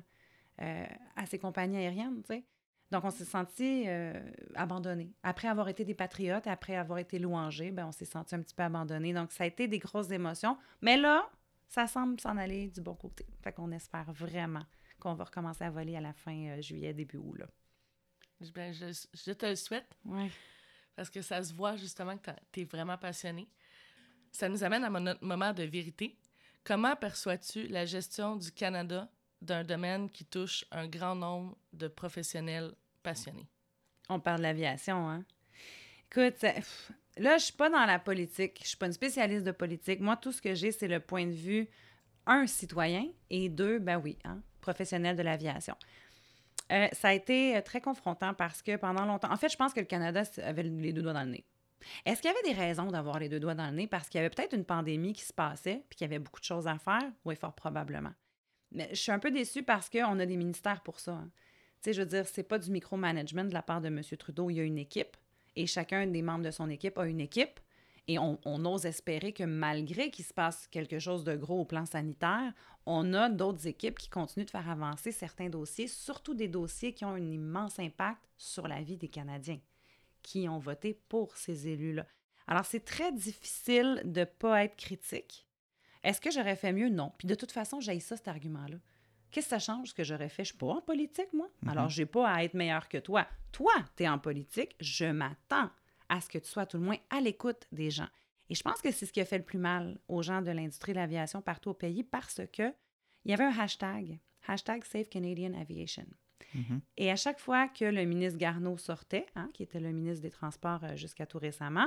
à ces compagnies aériennes, tu sais. Donc, on s'est sentis abandonnés. Après avoir été des patriotes, après avoir été louangés, ben, on s'est sentis un petit peu abandonnés. Donc, ça a été des grosses émotions. Mais là, ça semble s'en aller du bon côté. Fait qu'on espère vraiment qu'on va recommencer à voler à la fin juillet, début août, là. Ben, je te le souhaite. Ouais. Parce que ça se voit justement que tu es vraiment passionné. Ça nous amène à notre moment de vérité. Comment perçois-tu la gestion du Canada d'un domaine qui touche un grand nombre de professionnels passionnés? On parle de l'aviation, hein? Écoute, là, je suis pas dans la politique. Je suis pas une spécialiste de politique. Moi, tout ce que j'ai, c'est le point de vue, 1, citoyen, et 2, ben oui, hein, professionnel de l'aviation. Ça a été très confrontant parce que pendant longtemps... En fait, je pense que le Canada avait les deux doigts dans le nez. Est-ce qu'il y avait des raisons d'avoir les deux doigts dans le nez? Parce qu'il y avait peut-être une pandémie qui se passait puis qu'il y avait beaucoup de choses à faire? Oui, fort probablement. Mais je suis un peu déçue parce qu'on a des ministères pour ça. Hein. Tu sais, je veux dire, c'est pas du micromanagement de la part de M. Trudeau. Il y a une équipe et chacun des membres de son équipe a une équipe. Et on ose espérer que malgré qu'il se passe quelque chose de gros au plan sanitaire, on a d'autres équipes qui continuent de faire avancer certains dossiers, surtout des dossiers qui ont un immense impact sur la vie des Canadiens qui ont voté pour ces élus-là. Alors, c'est très difficile de ne pas être critique. Est-ce que j'aurais fait mieux? Non. Puis de toute façon, j'ai ça, cet argument-là. Qu'est-ce que ça change ce que j'aurais fait? Je ne suis pas en politique, moi. Alors, je n'ai pas à être meilleur que toi. Toi, tu es en politique. Je m'attends à ce que tu sois tout le moins à l'écoute des gens. Et je pense que c'est ce qui a fait le plus mal aux gens de l'industrie de l'aviation partout au pays parce que il y avait un hashtag Save Canadian Aviation. Et à chaque fois que le ministre Garneau sortait, qui était le ministre des Transports jusqu'à tout récemment,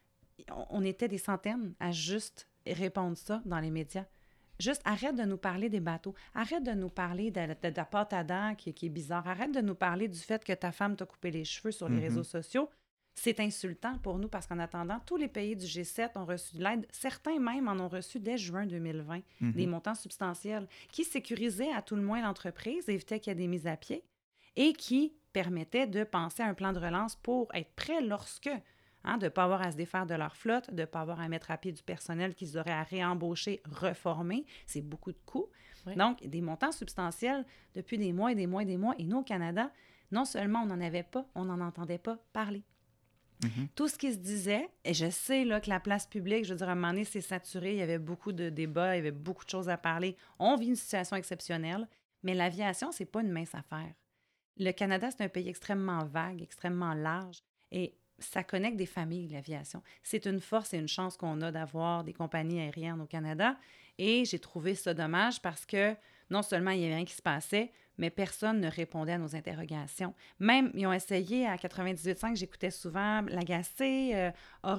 on était des centaines à juste répondre ça dans les médias. Juste arrête de nous parler des bateaux. Arrête de nous parler de la pâte à dents qui est bizarre. Arrête de nous parler du fait que ta femme t'a coupé les cheveux sur les réseaux sociaux. C'est insultant pour nous parce qu'en attendant, tous les pays du G7 ont reçu de l'aide. Certains même en ont reçu dès juin 2020, des montants substantiels qui sécurisaient à tout le moins l'entreprise, évitaient qu'il y ait des mises à pied et qui permettaient de penser à un plan de relance pour être prêt lorsque, de ne pas avoir à se défaire de leur flotte, de ne pas avoir à mettre à pied du personnel qu'ils auraient à réembaucher, reformer. C'est beaucoup de coûts. Oui. Donc, des montants substantiels depuis des mois et des mois et des mois. Et nous, au Canada, non seulement on n'en avait pas, on n'en entendait pas parler. Tout ce qui se disait, et je sais là, que la place publique, je veux dire, à un moment donné, c'est saturé, il y avait beaucoup de débats, il y avait beaucoup de choses à parler. On vit une situation exceptionnelle, mais l'aviation, c'est pas une mince affaire. Le Canada, c'est un pays extrêmement vague, extrêmement large, et ça connecte des familles, l'aviation. C'est une force et une chance qu'on a d'avoir des compagnies aériennes au Canada, et j'ai trouvé ça dommage parce que non seulement il n'y avait rien qui se passait, mais personne ne répondait à nos interrogations. Même, ils ont essayé, à 98.5, j'écoutais souvent, l'Agacé a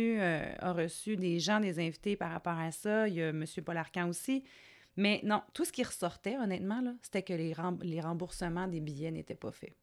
reçu des gens, des invités par rapport à ça. Il y a M. Paul Arcan aussi. Mais non, tout ce qui ressortait, honnêtement, là, c'était que les remboursements des billets n'étaient pas faits.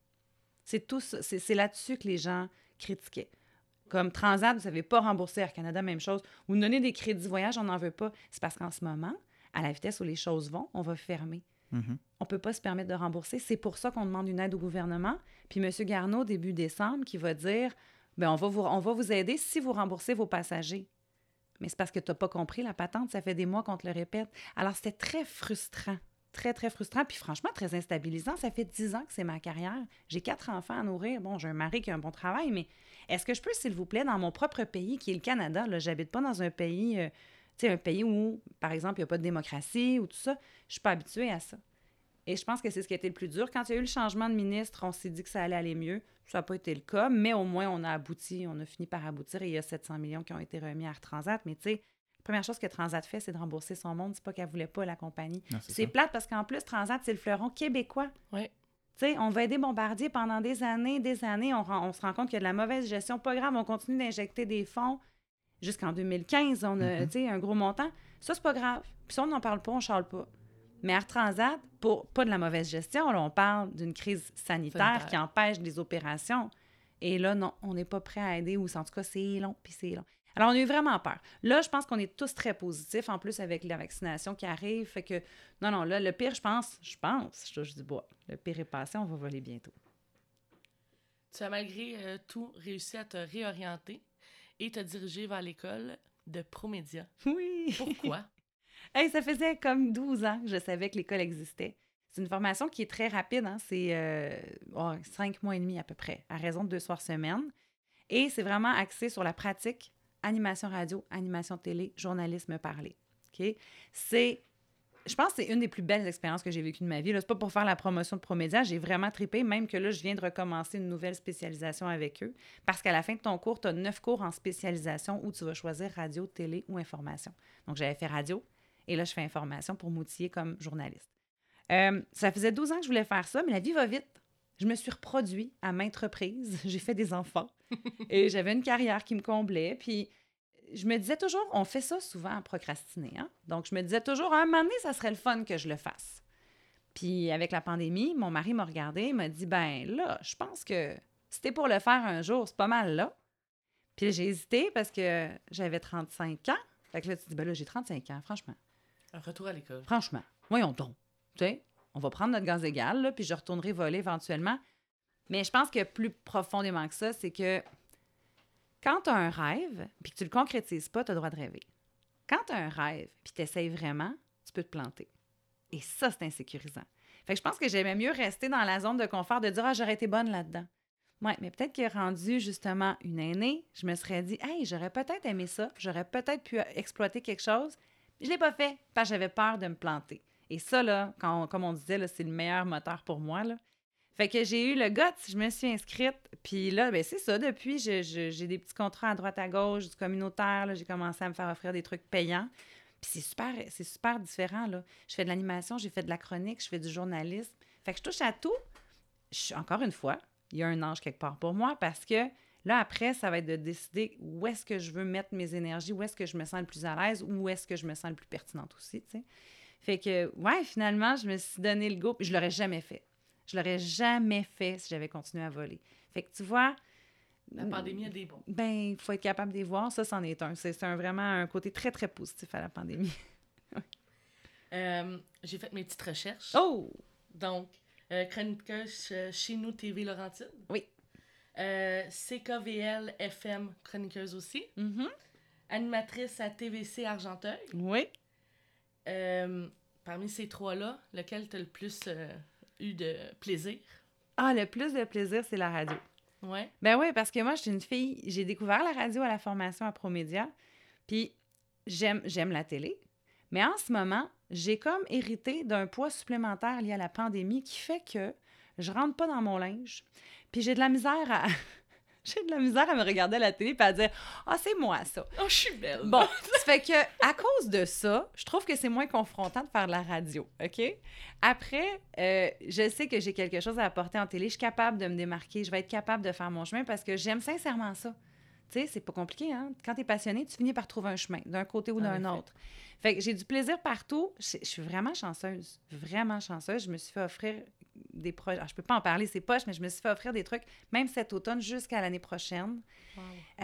C'est là-dessus que les gens critiquaient. Comme Transat, vous ne savez pas rembourser. Air Canada, même chose. Vous nous donnez des crédits voyage, on n'en veut pas. C'est parce qu'en ce moment, à la vitesse où les choses vont, on va fermer. On ne peut pas se permettre de rembourser. C'est pour ça qu'on demande une aide au gouvernement. Puis M. Garneau, début décembre, qui va dire bien, on va vous aider si vous remboursez vos passagers. Mais c'est parce que tu n'as pas compris la patente. Ça fait des mois qu'on te le répète. Alors, c'était très frustrant. Très, très frustrant. Puis franchement, très instabilisant. Ça fait 10 ans que c'est ma carrière. J'ai 4 enfants à nourrir. Bon, j'ai un mari qui a un bon travail, mais est-ce que je peux, s'il vous plaît, dans mon propre pays, qui est le Canada, là, j'habite pas dans un pays... un pays où, par exemple, il n'y a pas de démocratie ou tout ça, je ne suis pas habituée à ça. Et je pense que c'est ce qui a été le plus dur. Quand il y a eu le changement de ministre, on s'est dit que ça allait aller mieux. Ça n'a pas été le cas, mais au moins, on a fini par aboutir et il y a 700 millions qui ont été remis à Air Transat. Mais tu sais, la première chose que Transat fait, c'est de rembourser son monde. C'est pas qu'elle ne voulait pas, la compagnie. Non, c'est plate parce qu'en plus, Transat, c'est le fleuron québécois. Oui. Tu sais, on va aider Bombardier pendant des années. On se rend compte qu'il y a de la mauvaise gestion. Pas grave, on continue d'injecter des fonds. Jusqu'en 2015, on a un gros montant. Ça, c'est pas grave. Puis ça, on n'en parle pas, on ne charle pas. Mais Air Transat, pas de la mauvaise gestion, là, on parle d'une crise sanitaire qui empêche des opérations. Et là, non, on n'est pas prêt à aider, ou en tout cas, c'est long, puis c'est long. Alors, on a eu vraiment peur. Là, je pense qu'on est tous très positifs, en plus avec la vaccination qui arrive. Fait que, non, là, le pire, je pense, je dis, bon, le pire est passé, on va voler bientôt. Tu as malgré tout réussi à te réorienter et te diriger vers l'école de Promédia. Oui! Pourquoi? Hey, ça faisait comme 12 ans que je savais que l'école existait. C'est une formation qui est très rapide, hein? C'est 5 mois et demi à peu près, à raison de 2 soirs semaine. Et c'est vraiment axé sur la pratique, animation radio, animation télé, journalisme parlé. Okay? Je pense que c'est une des plus belles expériences que j'ai vécues de ma vie. Là, c'est pas pour faire la promotion de Promédia, j'ai vraiment trippé, même que là, je viens de recommencer une nouvelle spécialisation avec eux. Parce qu'à la fin de ton cours, tu as 9 cours en spécialisation où tu vas choisir radio, télé ou information. Donc, j'avais fait radio et là, je fais information pour m'outiller comme journaliste. Ça faisait 12 ans que je voulais faire ça, mais la vie va vite. Je me suis reproduite à maintes reprises. J'ai fait des enfants et j'avais une carrière qui me comblait. Puis, je me disais toujours, on fait ça souvent à procrastiner. Hein? Donc, je me disais toujours, à un moment donné, ça serait le fun que je le fasse. Puis avec la pandémie, mon mari m'a regardé, il m'a dit, ben là, je pense que si t'es pour le faire un jour, c'est pas mal là. Puis j'ai hésité parce que j'avais 35 ans. Fait que là, tu dis, ben là, j'ai 35 ans, franchement. Un retour à l'école. Franchement, voyons donc. Tu sais, on va prendre notre gaz égal, là, puis je retournerai voler éventuellement. Mais je pense que plus profondément que ça, c'est que quand tu as un rêve, puis que tu le concrétises pas, tu as le droit de rêver. Quand tu as un rêve, puis tu essayes vraiment, tu peux te planter. Et ça, c'est insécurisant. Fait que je pense que j'aimais mieux rester dans la zone de confort, de dire « Ah, j'aurais été bonne là-dedans. » Oui, mais peut-être que rendu justement une aînée, je me serais dit « Hey, j'aurais peut-être aimé ça, j'aurais peut-être pu exploiter quelque chose. » Puis je l'ai pas fait parce que j'avais peur de me planter. Et ça, là, comme on disait, là, c'est le meilleur moteur pour moi, là. Fait que j'ai eu le guts, je me suis inscrite. Puis là, ben c'est ça, depuis, j'ai des petits contrats à droite à gauche, du communautaire. Là, j'ai commencé à me faire offrir des trucs payants. Puis c'est super différent, là. Je fais de l'animation, j'ai fait de la chronique, je fais du journalisme. Fait que je touche à tout. Encore une fois, il y a un ange quelque part pour moi parce que là, après, ça va être de décider où est-ce que je veux mettre mes énergies, où est-ce que je me sens le plus à l'aise, où est-ce que je me sens le plus pertinente aussi, tu sais. Fait que, ouais, finalement, je me suis donné le go, puis je l'aurais jamais fait. Je l'aurais jamais fait si j'avais continué à voler. Fait que tu vois... La pandémie a des bons. Ben, il faut être capable de les voir. Ça, c'en est un. C'est vraiment un côté très, très positif à la pandémie. J'ai fait mes petites recherches. Oh! Donc, chroniqueuse chez nous, TV Laurentide. Oui. CKVL FM, chroniqueuse aussi. Mm-hmm. Animatrice à TVC Argenteuil. Oui. Parmi ces trois-là, lequel t'as le plus eu de plaisir? Ah, le plus de plaisir, c'est la radio. Ouais. Ben oui, parce que moi, je suis une fille... J'ai découvert la radio à la formation à Promédia, puis j'aime la télé. Mais en ce moment, j'ai comme hérité d'un poids supplémentaire lié à la pandémie qui fait que je rentre pas dans mon linge. Puis j'ai de la misère à... J'ai de la misère à me regarder à la télé et à dire « Ah, c'est moi, ça! » Oh, je suis belle! Bon, ça fait que à cause de ça, je trouve que c'est moins confrontant de faire de la radio, OK? Après, je sais que j'ai quelque chose à apporter en télé. Je suis capable de me démarquer. Je vais être capable de faire mon chemin parce que j'aime sincèrement ça. Tu sais, c'est pas compliqué, hein? Quand t'es passionné, tu finis par trouver un chemin, d'un côté ou d'un autre. Fait que j'ai du plaisir partout. Je suis vraiment chanceuse. Vraiment chanceuse. Je me suis fait offrir des projets. Alors, je peux pas en parler, c'est poche, mais je me suis fait offrir des trucs, même cet automne jusqu'à l'année prochaine. Wow.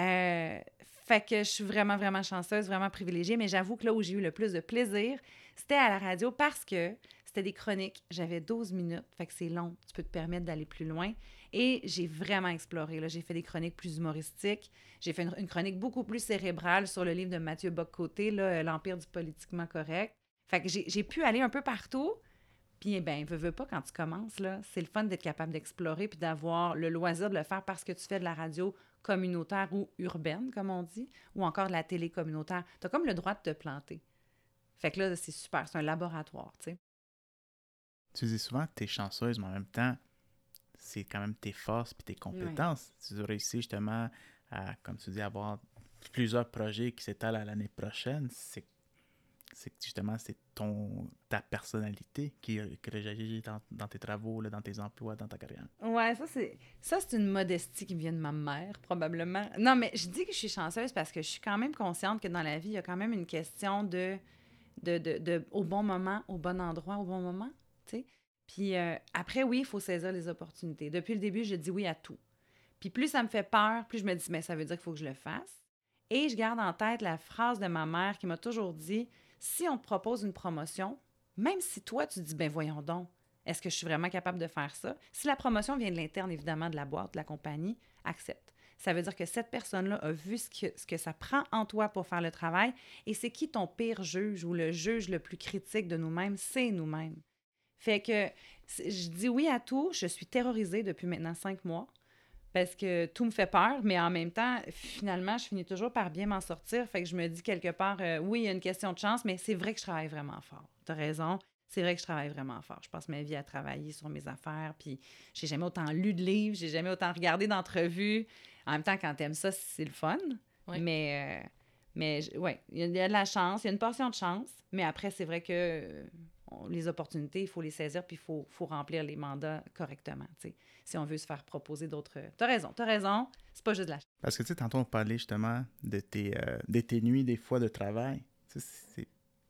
Fait que je suis vraiment, vraiment chanceuse, vraiment privilégiée. Mais j'avoue que là où j'ai eu le plus de plaisir, c'était à la radio parce que c'était des chroniques. J'avais 12 minutes. Fait que c'est long. Tu peux te permettre d'aller plus loin. Et j'ai vraiment exploré. Là. J'ai fait des chroniques plus humoristiques. J'ai fait une chronique beaucoup plus cérébrale sur le livre de Mathieu Bock-Côté, là, L'Empire du politiquement correct. Fait que j'ai pu aller un peu partout. Puis, ben, veux pas, quand tu commences, là, c'est le fun d'être capable d'explorer puis d'avoir le loisir de le faire parce que tu fais de la radio communautaire ou urbaine, comme on dit, ou encore de la télé communautaire. Tu as comme le droit de te planter. Fait que là, c'est super. C'est un laboratoire, tu sais. Tu dis souvent que tu es chanceuse, mais en même temps, c'est quand même tes forces et tes compétences. Oui. Tu réussis justement à, comme tu dis, avoir plusieurs projets qui s'étalent à l'année prochaine. C'est que justement, c'est ta personnalité qui réagit dans tes travaux, là, dans tes emplois, dans ta carrière. Ouais, ça, c'est une modestie qui vient de ma mère, probablement. Non, mais je dis que je suis chanceuse parce que je suis quand même consciente que dans la vie, il y a quand même une question de au bon moment, au bon endroit, au bon moment, tu sais. Puis après, oui, il faut saisir les opportunités. Depuis le début, je dis oui à tout. Puis plus ça me fait peur, plus je me dis, mais ça veut dire qu'il faut que je le fasse. Et je garde en tête la phrase de ma mère qui m'a toujours dit, si on te propose une promotion, même si toi, tu dis, ben voyons donc, est-ce que je suis vraiment capable de faire ça? Si la promotion vient de l'interne, évidemment, de la boîte, de la compagnie, accepte. Ça veut dire que cette personne-là a vu ce que ça prend en toi pour faire le travail et c'est qui ton pire juge ou le juge le plus critique de nous-mêmes? C'est nous-mêmes. Fait que je dis oui à tout. Je suis terrorisée depuis maintenant 5 mois parce que tout me fait peur, mais en même temps, finalement, je finis toujours par bien m'en sortir. Fait que je me dis quelque part, oui, il y a une question de chance, mais c'est vrai que je travaille vraiment fort. T'as raison. C'est vrai que je travaille vraiment fort. Je passe ma vie à travailler sur mes affaires, puis j'ai jamais autant lu de livres, j'ai jamais autant regardé d'entrevues. En même temps, quand t'aimes ça, c'est le fun. Oui. Mais ouais, il y a de la chance, il y a une portion de chance, mais après, c'est vrai que les opportunités, il faut les saisir, puis il faut remplir les mandats correctement, tu sais, si on veut se faire proposer d'autres... T'as raison, c'est pas juste de la chance. Parce que, tu sais, tantôt, on parlait justement de tes nuits, des fois, de travail.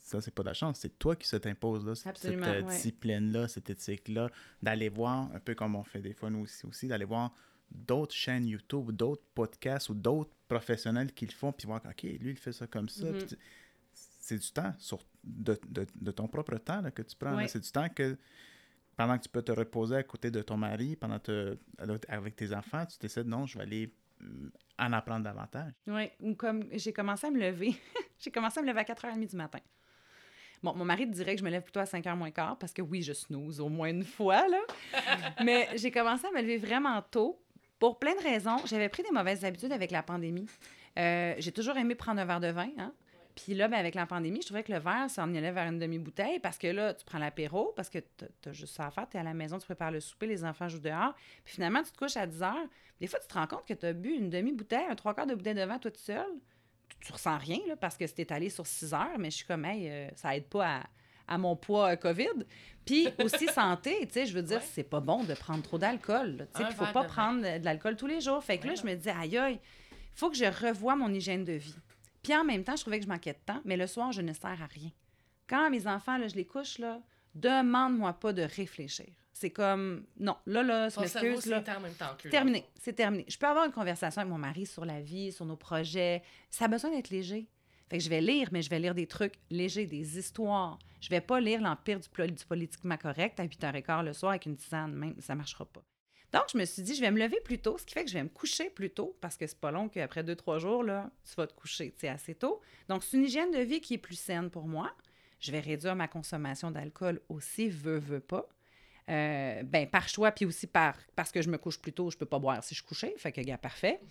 ça, c'est pas de la chance. C'est toi qui se t'impose, là, Absolument, cette ouais. discipline-là, cette éthique-là, d'aller voir, un peu comme on fait des fois nous aussi, d'aller voir d'autres chaînes YouTube, d'autres podcasts ou d'autres professionnels qui le font, puis voir, OK, lui, il fait ça comme ça. Mhm. Puis c'est du temps de ton propre temps là, que tu prends. Ouais. Là. C'est du temps que pendant que tu peux te reposer à côté de ton mari, avec tes enfants, tu décides, non, je vais aller en apprendre davantage. Oui, ou comme j'ai commencé à me lever. J'ai commencé à me lever à 4h30 du matin. Bon, mon mari dirait que je me lève plutôt à 5h moins quart parce que oui, je snooze au moins une fois, là. Mais j'ai commencé à me lever vraiment tôt pour plein de raisons. J'avais pris des mauvaises habitudes avec la pandémie. J'ai toujours aimé prendre un verre de vin, hein. Puis là, ben, avec la pandémie, je trouvais que le verre, ça en allait vers une demi-bouteille parce que là, tu prends l'apéro parce que t'as juste ça à faire. T'es à la maison, tu prépares le souper, les enfants jouent dehors. Puis finalement, tu te couches à 10h. Des fois, tu te rends compte que tu as bu une demi-bouteille, un 3/4 de bouteille de vin, toi tout seul. Tu ressens rien, là, parce que c'est étalé sur 6 heures, mais je suis comme, hey, ça aide pas à mon poids COVID. Puis aussi santé, tu sais, je veux dire, c'est pas bon de prendre trop d'alcool. Tu sais, il faut pas prendre de l'alcool tous les jours. Fait que là, je me dis, aïe, il faut que je revoie mon hygiène de vie. Puis en même temps, je trouvais que je manquais de temps, mais le soir, je ne sers à rien. Quand mes enfants, là, je les couche, là, demande-moi pas de réfléchir. C'est comme, non, là, je m'excuse, là. En même temps que Terminé, c'est terminé. Je peux avoir une conversation avec mon mari sur la vie, sur nos projets. Ça a besoin d'être léger. Fait que je vais lire, mais je vais lire des trucs légers, des histoires. Je vais pas lire l'Empire du politiquement correct à 8h15 le soir avec une tisane, même, ça marchera pas. Donc, je me suis dit, je vais me lever plus tôt, ce qui fait que je vais me coucher plus tôt, parce que c'est pas long qu'après 2-3 jours, là, tu vas te coucher, tu sais, assez tôt. Donc, c'est une hygiène de vie qui est plus saine pour moi. Je vais réduire ma consommation d'alcool aussi, veux pas. Par choix, puis aussi parce que je me couche plus tôt, je peux pas boire si je suis couchée. Fait que, gars, parfait.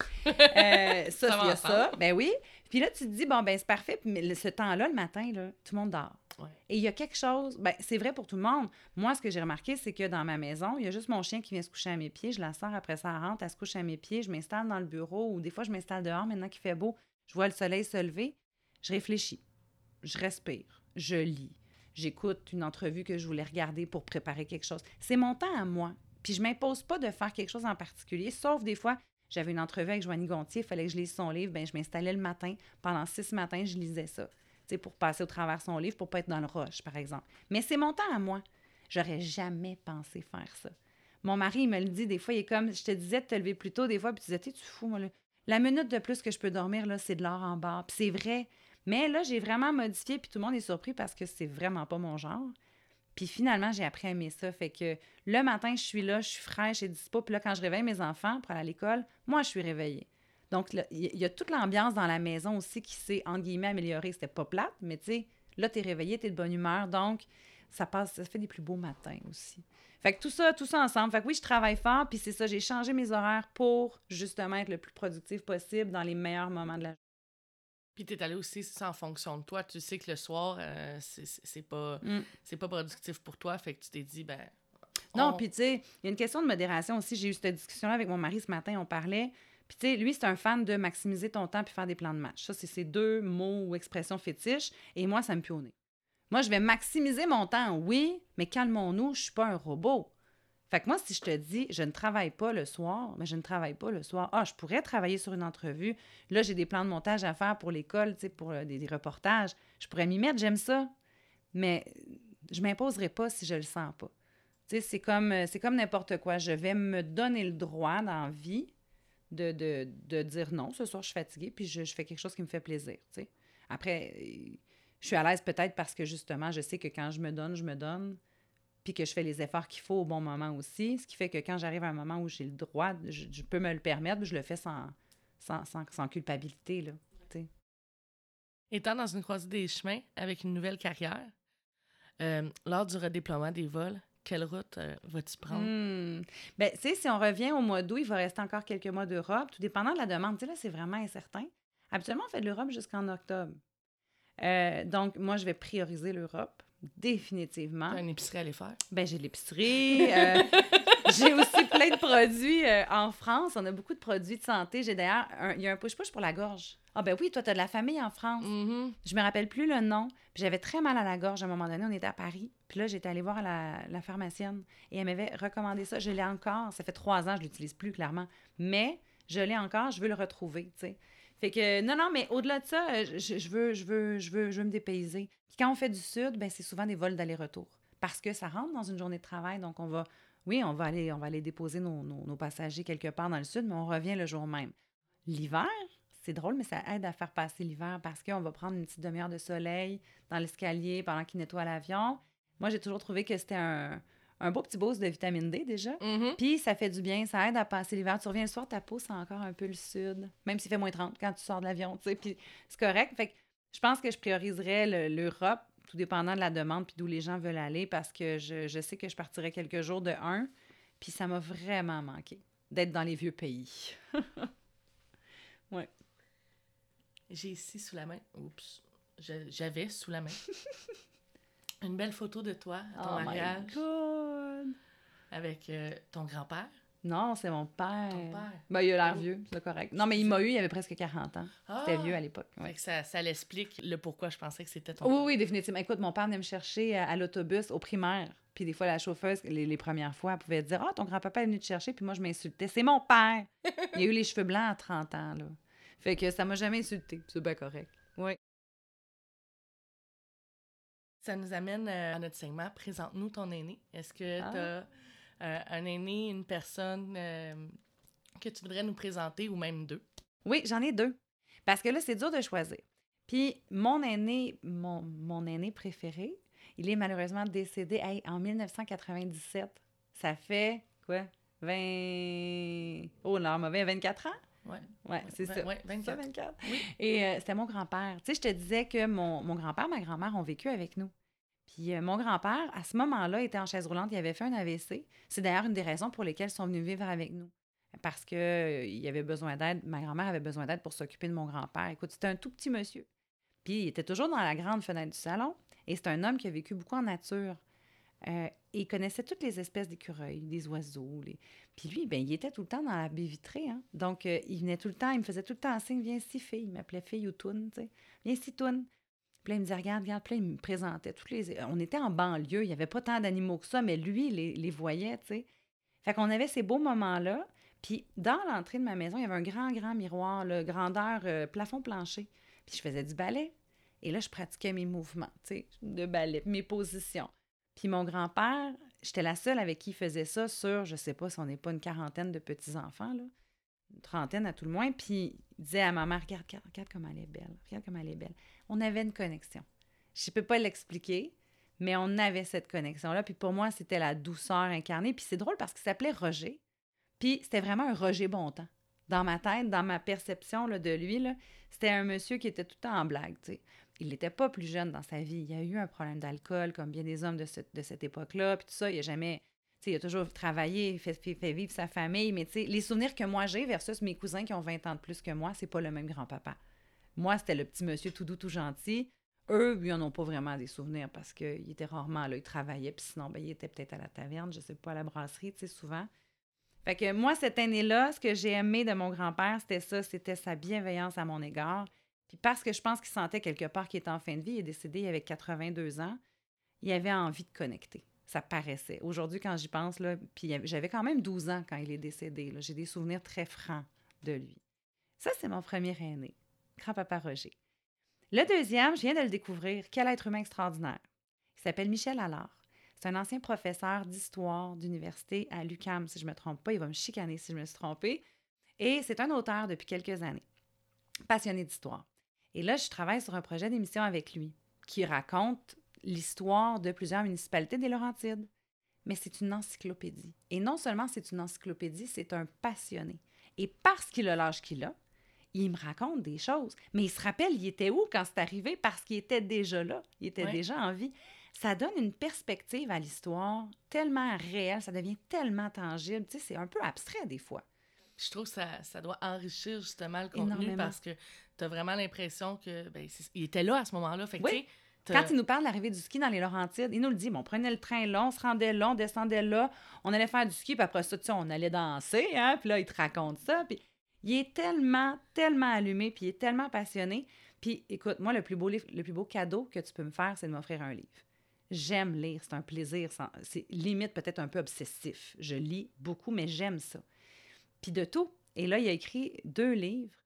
Ça, il y a ça. Ben oui. Puis là, tu te dis, bon, ben c'est parfait. Mais ce temps-là, le matin, là, tout le monde dort. Ouais. Et il y a quelque chose, ben c'est vrai pour tout le monde. Moi, ce que j'ai remarqué, c'est que dans ma maison, il y a juste mon chien qui vient se coucher à mes pieds. Je la sors, après ça, elle rentre, elle se couche à mes pieds. Je m'installe dans le bureau ou des fois, je m'installe dehors maintenant qu'il fait beau. Je vois le soleil se lever. Je réfléchis. Je respire. Je lis. J'écoute une entrevue que je voulais regarder pour préparer quelque chose. C'est mon temps à moi. Puis je m'impose pas de faire quelque chose en particulier, sauf des fois, j'avais une entrevue avec Joanie Gontier, il fallait que je lise son livre, je m'installais le matin. Pendant 6 matins, je lisais ça. Tu sais, pour passer au travers son livre, pour pas être dans le rush, par exemple. Mais c'est mon temps à moi. J'aurais jamais pensé faire ça. Mon mari, il me le dit, des fois, il est comme, je te disais de te lever plus tôt, des fois, puis tu disais, tu fous, moi, là. La minute de plus que je peux dormir, là, c'est de l'or en barre. Puis c'est vrai. Mais là, j'ai vraiment modifié, puis tout le monde est surpris parce que c'est vraiment pas mon genre. Puis finalement, j'ai appris à aimer ça. Fait que le matin, je suis là, je suis fraîche et dispo. Puis là, quand je réveille mes enfants pour aller à l'école, moi, je suis réveillée. Donc, il y a toute l'ambiance dans la maison aussi qui s'est, entre guillemets, améliorée. C'était pas plate, mais tu sais, là, t'es réveillée, t'es de bonne humeur. Donc, ça fait des plus beaux matins aussi. Fait que tout ça ensemble. Fait que oui, je travaille fort, puis c'est ça, j'ai changé mes horaires pour justement être le plus productif possible dans les meilleurs moments de la journée. Puis t'es allé aussi ça en fonction de toi. Tu sais que le soir, c'est pas productif pour toi. Fait que tu t'es dit, Non, puis tu sais, il y a une question de modération aussi. J'ai eu cette discussion-là avec mon mari ce matin, on parlait. Puis tu sais, lui, c'est un fan de maximiser ton temps puis faire des plans de match. Ça, c'est ses 2 mots ou expressions fétiches. Et moi, ça me pue au nez. Moi, je vais maximiser mon temps, oui, mais calmons-nous, je suis pas un robot. Fait que moi, si je te dis, je ne travaille pas le soir, mais je ne travaille pas le soir. Ah, je pourrais travailler sur une entrevue. Là, j'ai des plans de montage à faire pour l'école, tu sais, pour des reportages. Je pourrais m'y mettre, j'aime ça. Mais je m'imposerai pas si je le sens pas. Tu sais, c'est comme n'importe quoi. Je vais me donner le droit dans la vie de dire non. Ce soir, je suis fatiguée, puis je fais quelque chose qui me fait plaisir, tu sais. Après, je suis à l'aise peut-être parce que, justement, je sais que quand je me donne, puis que je fais les efforts qu'il faut au bon moment aussi, ce qui fait que quand j'arrive à un moment où j'ai le droit, je peux me le permettre, je le fais sans culpabilité, là, tu sais. Étant dans une croisée des chemins avec une nouvelle carrière, lors du redéploiement des vols, quelle route vas-tu prendre? Bien, tu sais, si on revient au mois d'août, il va rester encore quelques mois d'Europe, tout dépendant de la demande. Tu sais, là, c'est vraiment incertain. Habituellement, on fait de l'Europe jusqu'en octobre. Donc, moi, je vais prioriser l'Europe. Définitivement. T'as une épicerie à aller faire? Ben, j'ai de l'épicerie. J'ai aussi plein de produits en France. On a beaucoup de produits de santé. J'ai d'ailleurs, il y a un push-push pour la gorge. Ah ben oui, toi, t'as de la famille en France. Mm-hmm. Je me rappelle plus le nom. Puis j'avais très mal à la gorge à un moment donné. On était à Paris. Puis là, j'étais allée voir la pharmacienne. Et elle m'avait recommandé ça. Je l'ai encore. Ça fait 3 ans, je l'utilise plus, clairement. Mais je l'ai encore. Je veux le retrouver, tu sais. Fait que, non, mais au-delà de ça, je veux me dépayser. Puis quand on fait du sud, ben c'est souvent des vols d'aller-retour. Parce que ça rentre dans une journée de travail, donc on va aller déposer nos passagers quelque part dans le sud, mais on revient le jour même. L'hiver, c'est drôle, mais ça aide à faire passer l'hiver parce qu'on va prendre une petite demi-heure de soleil dans l'escalier pendant qu'il nettoie l'avion. Moi, j'ai toujours trouvé que c'était un beau petit boost de vitamine D déjà. Mhm. Puis ça fait du bien, ça aide à passer l'hiver. Tu reviens le soir, ta peau, c'est encore un peu le sud, même s'il fait moins 30 quand tu sors de l'avion, tu sais. Puis c'est correct. Fait que je pense que je prioriserais l'Europe, tout dépendant de la demande puis d'où les gens veulent aller, parce que je sais que je partirais quelques jours de un, puis ça m'a vraiment manqué d'être dans les vieux pays. Ouais. J'ai ici sous la main... Oups. J'avais sous la main une belle photo de toi à ton mariage. My God! Avec ton grand-père. Non, c'est mon père. Ton père. Ben, il a l'air vieux, c'est correct. Non, mais il m'a eu, il avait presque 40 ans. C'était vieux à l'époque. Fait Ouais. que ça l'explique le pourquoi je pensais que c'était ton Oui, père. oui, définitivement. Écoute, mon père venait me chercher à l'autobus au primaire. Puis des fois, la chauffeuse, les premières fois, elle pouvait dire « Ah, ton grand-papa est venu te chercher. » Puis moi, je m'insultais. C'est mon père! Il a eu les cheveux blancs à 30 ans, là. Fait que ça m'a jamais insulté. C'est bien correct. Oui. Ça nous amène à notre segment « Présente-nous ton aîné ». Est-ce que tu as un aîné, une personne que tu voudrais nous présenter ou même deux? Oui, j'en ai deux. Parce que là, c'est dur de choisir. Puis mon aîné préféré, il est malheureusement décédé en 1997. Ça fait, quoi, 20... Oh, non, mauvais, 24 ans? Ouais. Ouais, c'est ça. Ouais, 24. Ça, 24. Oui. Et c'était mon grand-père. Tu sais, je te disais que mon grand-père, ma grand-mère ont vécu avec nous. Puis mon grand-père, à ce moment-là, était en chaise roulante. Il avait fait un AVC. C'est d'ailleurs une des raisons pour lesquelles ils sont venus vivre avec nous. Parce qu'il avait besoin d'aide. Ma grand-mère avait besoin d'aide pour s'occuper de mon grand-père. Écoute, c'était un tout petit monsieur. Puis il était toujours dans la grande fenêtre du salon. Et c'est un homme qui a vécu beaucoup en nature. Et il connaissait toutes les espèces d'écureuils, des oiseaux. Puis lui, ben, il était tout le temps dans la baie vitrée. Hein? Donc, il venait tout le temps, il me faisait tout le temps un signe, viens ici, fille. Il m'appelait fille ou toune, tu sais. Viens ici, toune. Puis là, il me disait, regarde. Puis là, il me présentait toutes les... On était en banlieue, il n'y avait pas tant d'animaux que ça, mais lui, il les voyait, tu sais. Fait qu'on avait ces beaux moments-là. Puis dans l'entrée de ma maison, il y avait un grand, grand miroir, là, grandeur plafond-plancher. Puis je faisais du ballet. Et là, je pratiquais mes mouvements, tu sais, de ballet, mes positions. Puis mon grand-père, j'étais la seule avec qui il faisait ça sur, je sais pas si on n'est pas une quarantaine de petits-enfants, là, une trentaine à tout le moins. Puis il disait à ma mère, regarde comme elle est belle, regarde comme elle est belle. On avait une connexion. Je peux pas l'expliquer, mais on avait cette connexion-là. Puis pour moi, c'était la douceur incarnée. Puis c'est drôle parce qu'il s'appelait Roger. Puis c'était vraiment un Roger Bontemps. Dans ma tête, dans ma perception là, de lui, là, c'était un monsieur qui était tout le temps en blague, tu sais. Il n'était pas plus jeune dans sa vie. Il a eu un problème d'alcool, comme bien des hommes de cette époque-là, puis tout ça. Il a jamais... Tu sais, il a toujours travaillé, fait vivre sa famille, mais tu sais, les souvenirs que moi j'ai versus mes cousins qui ont 20 ans de plus que moi, c'est pas le même grand-papa. Moi, c'était le petit monsieur tout doux, tout gentil. Eux, ils n'en ont pas vraiment des souvenirs parce qu'il était rarement là, il travaillait, puis sinon, ben, il était peut-être à la taverne, je sais pas, à la brasserie, tu sais, souvent. Fait que moi, cette année-là, ce que j'ai aimé de mon grand-père, c'était ça, c'était sa bienveillance à mon égard. Puis parce que je pense qu'il sentait quelque part qu'il était en fin de vie, il est décédé avec 82 ans, il avait envie de connecter. Ça paraissait. Aujourd'hui, quand j'y pense, là, puis j'avais quand même 12 ans quand il est décédé. Là. J'ai des souvenirs très francs de lui. Ça, c'est mon premier aîné, grand-papa Roger. Le deuxième, je viens de le découvrir. Quel être humain extraordinaire. Il s'appelle Michel Allard. C'est un ancien professeur d'histoire d'université à l'UQAM, si je ne me trompe pas. Il va me chicaner si je me suis trompée. Et c'est un auteur depuis quelques années, passionné d'histoire. Et là, je travaille sur un projet d'émission avec lui qui raconte l'histoire de plusieurs municipalités des Laurentides. Mais c'est une encyclopédie. Et non seulement c'est une encyclopédie, c'est un passionné. Et parce qu'il a l'âge qu'il a, il me raconte des choses. Mais il se rappelle, il était où quand c'est arrivé? Parce qu'il était déjà là. Il était déjà en vie. Ça donne une perspective à l'histoire tellement réelle, ça devient tellement tangible. Tu sais, c'est un peu abstrait des fois. Je trouve que ça doit enrichir justement le contenu énormément. Parce que tu as vraiment l'impression que il était là à ce moment-là. Fait que, oui. Quand il nous parle de l'arrivée du ski dans les Laurentides, il nous le dit. Bon, on prenait le train là, on se rendait là, on descendait là, on allait faire du ski, puis après ça, tu sais, on allait danser, hein, puis là, il te raconte ça. Puis il est tellement, tellement allumé, puis il est tellement passionné. Puis écoute, moi, le plus beau cadeau que tu peux me faire, c'est de m'offrir un livre. J'aime lire, c'est un plaisir. C'est limite peut-être un peu obsessif. Je lis beaucoup, mais j'aime ça. Puis de tout. Et là, il a écrit 2 livres.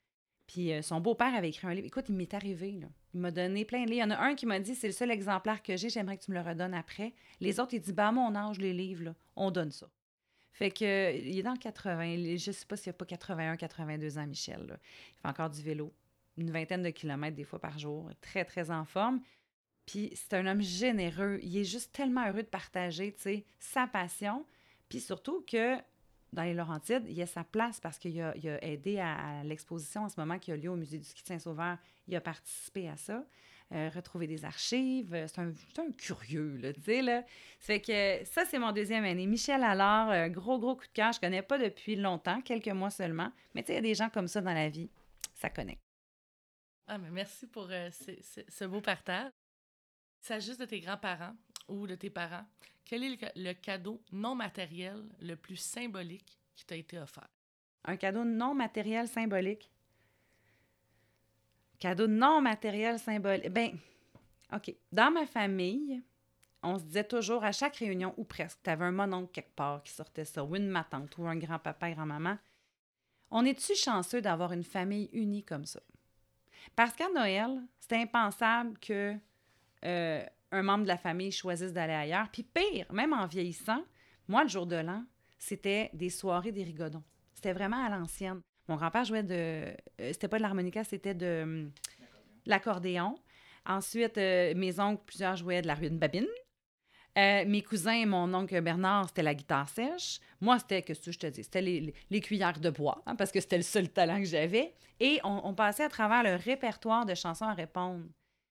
Puis son beau-père avait écrit un livre. Écoute, il m'est arrivé, là. Il m'a donné plein de livres. Il y en a un qui m'a dit, c'est le seul exemplaire que j'ai, j'aimerais que tu me le redonnes après. Les autres, il dit, à mon âge, les livres, là, on donne ça. Fait que, il est dans 80, je sais pas s'il n'y a pas 81, 82 ans, Michel, là. Il fait encore du vélo, une vingtaine de kilomètres des fois par jour, très, très en forme. Puis c'est un homme généreux. Il est juste tellement heureux de partager, tu sais, sa passion. Puis surtout que dans les Laurentides, il a sa place parce qu'il a aidé à l'exposition en ce moment qui a lieu au Musée du ski de Saint-Sauveur. Il a participé à ça, retrouver des archives. C'est un curieux, là, tu sais, là. Ça fait que ça, c'est mon deuxième année. Michel Allard, gros coup de cœur. Je connais pas depuis longtemps, quelques mois seulement. Mais tu sais, il y a des gens comme ça dans la vie. Ça connecte. Ah, mais merci pour ce beau partage. Il s'agit juste de tes grands-parents ou de tes parents. Quel est le cadeau non matériel le plus symbolique qui t'a été offert? Un cadeau non matériel symbolique. Cadeau non matériel symbolique. Ben, OK. Dans ma famille, on se disait toujours, à chaque réunion, ou presque, tu avais un mononcle quelque part qui sortait ça, ou une ma tante, ou un grand-papa, grand-maman. On est-tu chanceux d'avoir une famille unie comme ça? Parce qu'à Noël, c'était impensable que un membre de la famille choisisse d'aller ailleurs. Puis pire, même en vieillissant, moi, le jour de l'an, c'était des soirées des rigodons. C'était vraiment à l'ancienne. Mon grand-père jouait c'était pas de l'harmonica, c'était de l'accordéon. Ensuite, mes oncles, plusieurs jouaient de la ruine babine. Mes cousins et mon oncle Bernard, c'était la guitare sèche. Moi, c'était, qu'est-ce que je te dis, c'était les cuillères de bois, hein, parce que c'était le seul talent que j'avais. Et on passait à travers le répertoire de chansons à répondre.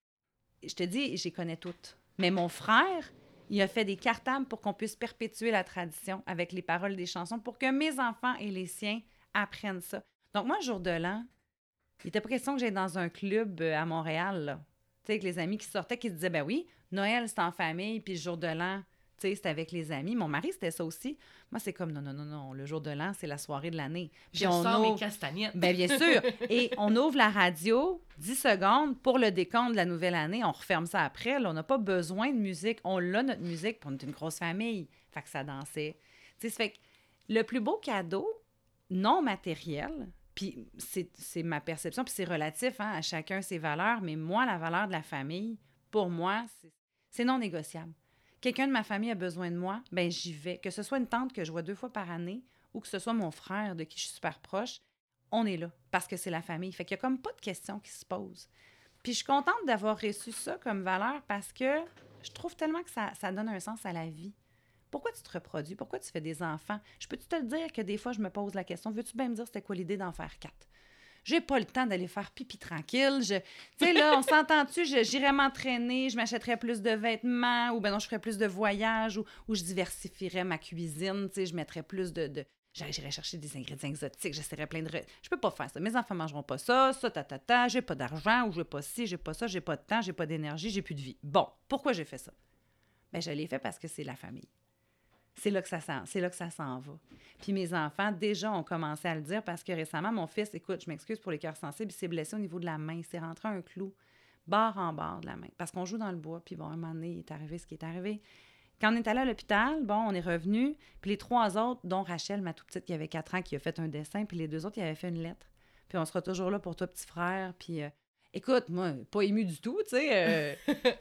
Je te dis, j'y connais toutes. Mais mon frère, il a fait des cartables pour qu'on puisse perpétuer la tradition avec les paroles des chansons pour que mes enfants et les siens apprennent ça. Donc, moi, jour de l'an, il n'était pas question que j'aille dans un club à Montréal, là. Tu sais, avec les amis qui sortaient, qui se disaient, ben oui, Noël, c'est en famille, puis le jour de l'an, tu sais, c'est avec les amis. Mon mari, c'était ça aussi. Moi, c'est comme, non, le jour de l'an, c'est la soirée de l'année. Puis on sors mes castagnettes. Bien, bien sûr. Et on ouvre la radio 10 secondes pour le décompte de la nouvelle année. On referme ça après. Là, on n'a pas besoin de musique. On l'a, notre musique, puis on est une grosse famille. Fait que ça dansait. Tu sais, ça fait que le plus beau cadeau non matériel, puis c'est ma perception, puis c'est relatif, hein, à chacun ses valeurs, mais moi, la valeur de la famille, pour moi, c'est non négociable. Quelqu'un de ma famille a besoin de moi, ben j'y vais. Que ce soit une tante que je vois 2 fois par année ou que ce soit mon frère de qui je suis super proche, on est là parce que c'est la famille. Fait qu'il y a comme pas de questions qui se posent. Puis je suis contente d'avoir reçu ça comme valeur parce que je trouve tellement que ça donne un sens à la vie. Pourquoi tu te reproduis? Pourquoi tu fais des enfants? Je peux-tu te le dire que des fois, je me pose la question, veux-tu bien me dire c'était quoi l'idée d'en faire 4? J'ai pas le temps d'aller faire pipi tranquille. Tu sais, là, on s'entend-tu? J'irais m'entraîner, je m'achèterais plus de vêtements, ou ben non, je ferais plus de voyages, ou je diversifierais ma cuisine, tu sais, je mettrais plus j'irais chercher des ingrédients exotiques, j'essaierais plein de... Je peux pas faire ça. Mes enfants mangeront pas ça, j'ai pas d'argent, ou j'ai pas ci, j'ai pas ça, j'ai pas de temps, j'ai pas d'énergie, j'ai plus de vie. Bon, pourquoi j'ai fait ça? Ben je l'ai fait parce que c'est la famille. C'est là que ça s'en va. Puis mes enfants, déjà, ont commencé à le dire parce que récemment, mon fils, écoute, je m'excuse pour les cœurs sensibles, il s'est blessé au niveau de la main. Il s'est rentré un clou, barre en barre de la main. Parce qu'on joue dans le bois, puis bon, un moment donné, il est arrivé ce qui est arrivé. Quand on est allé à l'hôpital, bon, on est revenu, puis les 3 autres, dont Rachel, ma toute petite, qui avait 4 ans, qui a fait un dessin, puis les 2 autres, ils avaient fait une lettre. Puis on sera toujours là pour toi, petit frère, puis... Écoute, moi, pas émue du tout, tu sais.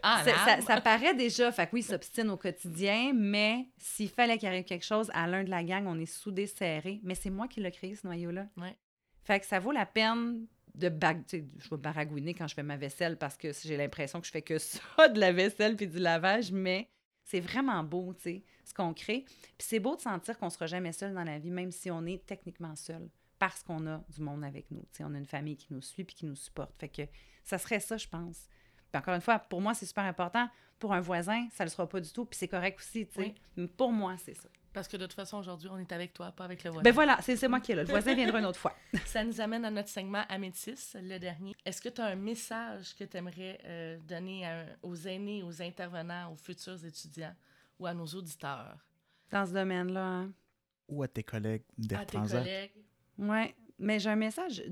Ça paraît déjà. Fait que oui, il s'obstine au quotidien, mais s'il fallait qu'il arrive quelque chose à l'un de la gang, on est soudés, serrés. Mais c'est moi qui l'ai créé, ce noyau-là. Ouais. Fait que ça vaut la peine de... Tu sais, je vais baragouiner quand je fais ma vaisselle parce que j'ai l'impression que je fais que ça, de la vaisselle puis du lavage, mais c'est vraiment beau, tu sais, ce qu'on crée. Puis c'est beau de sentir qu'on sera jamais seul dans la vie, même si on est techniquement seul. Parce qu'on a du monde avec nous. T'sais, on a une famille qui nous suit puis qui nous supporte. Fait que ça serait ça, je pense. Puis encore une fois, pour moi, c'est super important. Pour un voisin, ça ne le sera pas du tout. Puis c'est correct aussi, tu sais. Oui. Mais pour moi, c'est ça. Parce que de toute façon, aujourd'hui, on est avec toi, pas avec le voisin. Ben voilà, c'est moi qui est là. Le voisin viendra une autre fois. Ça nous amène à notre segment Améthyste, le dernier. Est-ce que tu as un message que tu aimerais donner aux aînés, aux intervenants, aux futurs étudiants ou à nos auditeurs? Dans ce domaine-là, hein? Ou à tes collègues d'Air Transat. À tes collègues. Oui, mais j'ai un message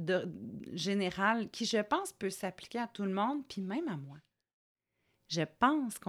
général qui, je pense, peut s'appliquer à tout le monde, puis même à moi. Je pense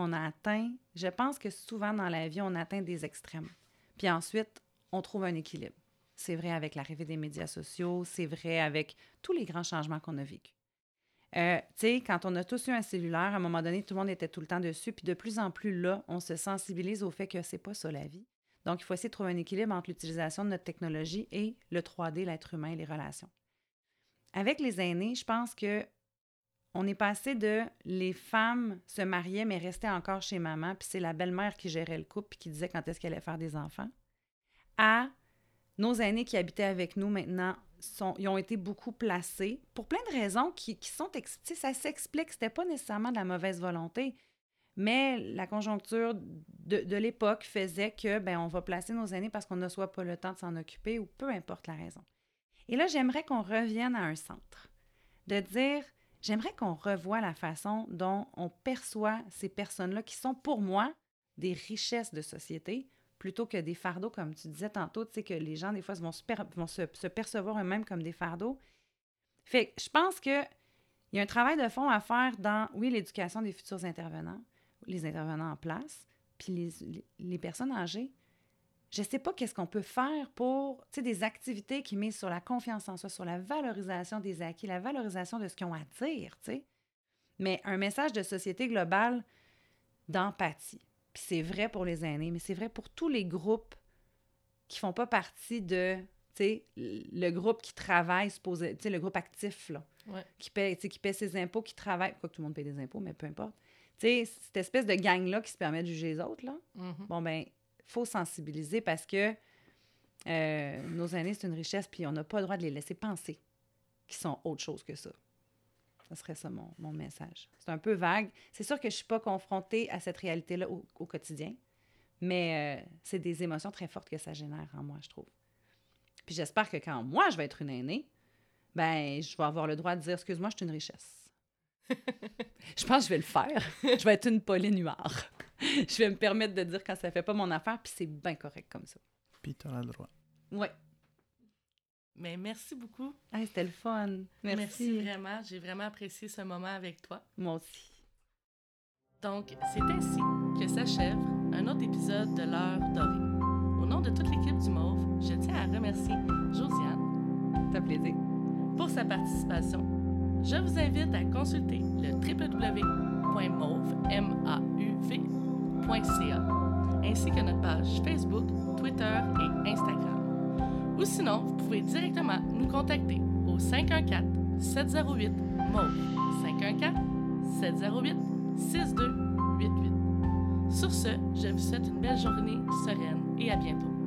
que souvent dans la vie, on atteint des extrêmes. Puis ensuite, on trouve un équilibre. c'est vrai avec l'arrivée des médias sociaux, c'est vrai avec tous les grands changements qu'on a vécus. Tu sais, quand on a tous eu un cellulaire, à un moment donné, tout le monde était tout le temps dessus, puis de plus en plus, là, on se sensibilise au fait que c'est pas ça la vie. Donc, il faut essayer de trouver un équilibre entre l'utilisation de notre technologie et le 3D, l'être humain et les relations. Avec les aînés, je pense que on est passé de les femmes se mariaient mais restaient encore chez maman, puis c'est la belle-mère qui gérait le couple puis qui disait quand est-ce qu'elle allait faire des enfants, à nos aînés qui habitaient avec nous maintenant, ils ont été beaucoup placés pour plein de raisons qui sont... Ça s'explique, c'était pas nécessairement de la mauvaise volonté, mais la conjoncture de l'époque faisait que, on va placer nos aînés parce qu'on n'a soit pas le temps de s'en occuper ou peu importe la raison. Et là, j'aimerais qu'on revienne à un centre, de dire... J'aimerais qu'on revoie la façon dont on perçoit ces personnes-là qui sont, pour moi, des richesses de société, plutôt que des fardeaux, comme tu disais tantôt, tu sais, que les gens, des fois, vont se percevoir eux-mêmes comme des fardeaux. Fait que je pense qu'il y a un travail de fond à faire dans, oui, l'éducation des futurs intervenants, les intervenants en place, puis les personnes âgées. Je ne sais pas qu'est-ce qu'on peut faire pour, tu sais, des activités qui misent sur la confiance en soi, sur la valorisation des acquis, la valorisation de ce qu'ils ont à dire, tu sais. Mais un message de société globale d'empathie. Puis c'est vrai pour les aînés, mais c'est vrai pour tous les groupes qui ne font pas partie de, tu sais, le groupe qui travaille, supposé, tu sais, le groupe actif, là, Ouais. qui paie ses impôts, qui travaille, quoi que tout le monde paie des impôts, mais peu importe. Tu sais, cette espèce de gang-là qui se permet de juger les autres, là, bon, faut sensibiliser parce que nos aînés, c'est une richesse, puis on n'a pas le droit de les laisser penser qu'ils sont autre chose que ça. Ce serait ça mon message. C'est un peu vague. C'est sûr que je ne suis pas confrontée à cette réalité-là au quotidien, mais c'est des émotions très fortes que ça génère en moi, je trouve. Puis j'espère que quand moi, je vais être une aînée, je vais avoir le droit de dire « Excuse-moi, je suis une richesse. » Je pense que je vais le faire. Je vais être une Pauline Huard. Je vais me permettre de dire quand ça fait pas mon affaire, puis c'est bien correct comme ça. Puis tu auras le droit. Oui. Mais merci beaucoup. Hey, c'était le fun. Merci vraiment. J'ai vraiment apprécié ce moment avec toi. Moi aussi. Donc, c'est ainsi que s'achève un autre épisode de l'Heure dorée. Au nom de toute l'équipe du Mauve, je tiens à remercier Josiane. Ça fait plaisir. Pour sa participation. Je vous invite à consulter le www.mauve.ca ainsi que notre page Facebook, Twitter et Instagram. Ou sinon, vous pouvez directement nous contacter au 514-708-MAUVE 514-708-6288. Sur ce, je vous souhaite une belle journée sereine et à bientôt.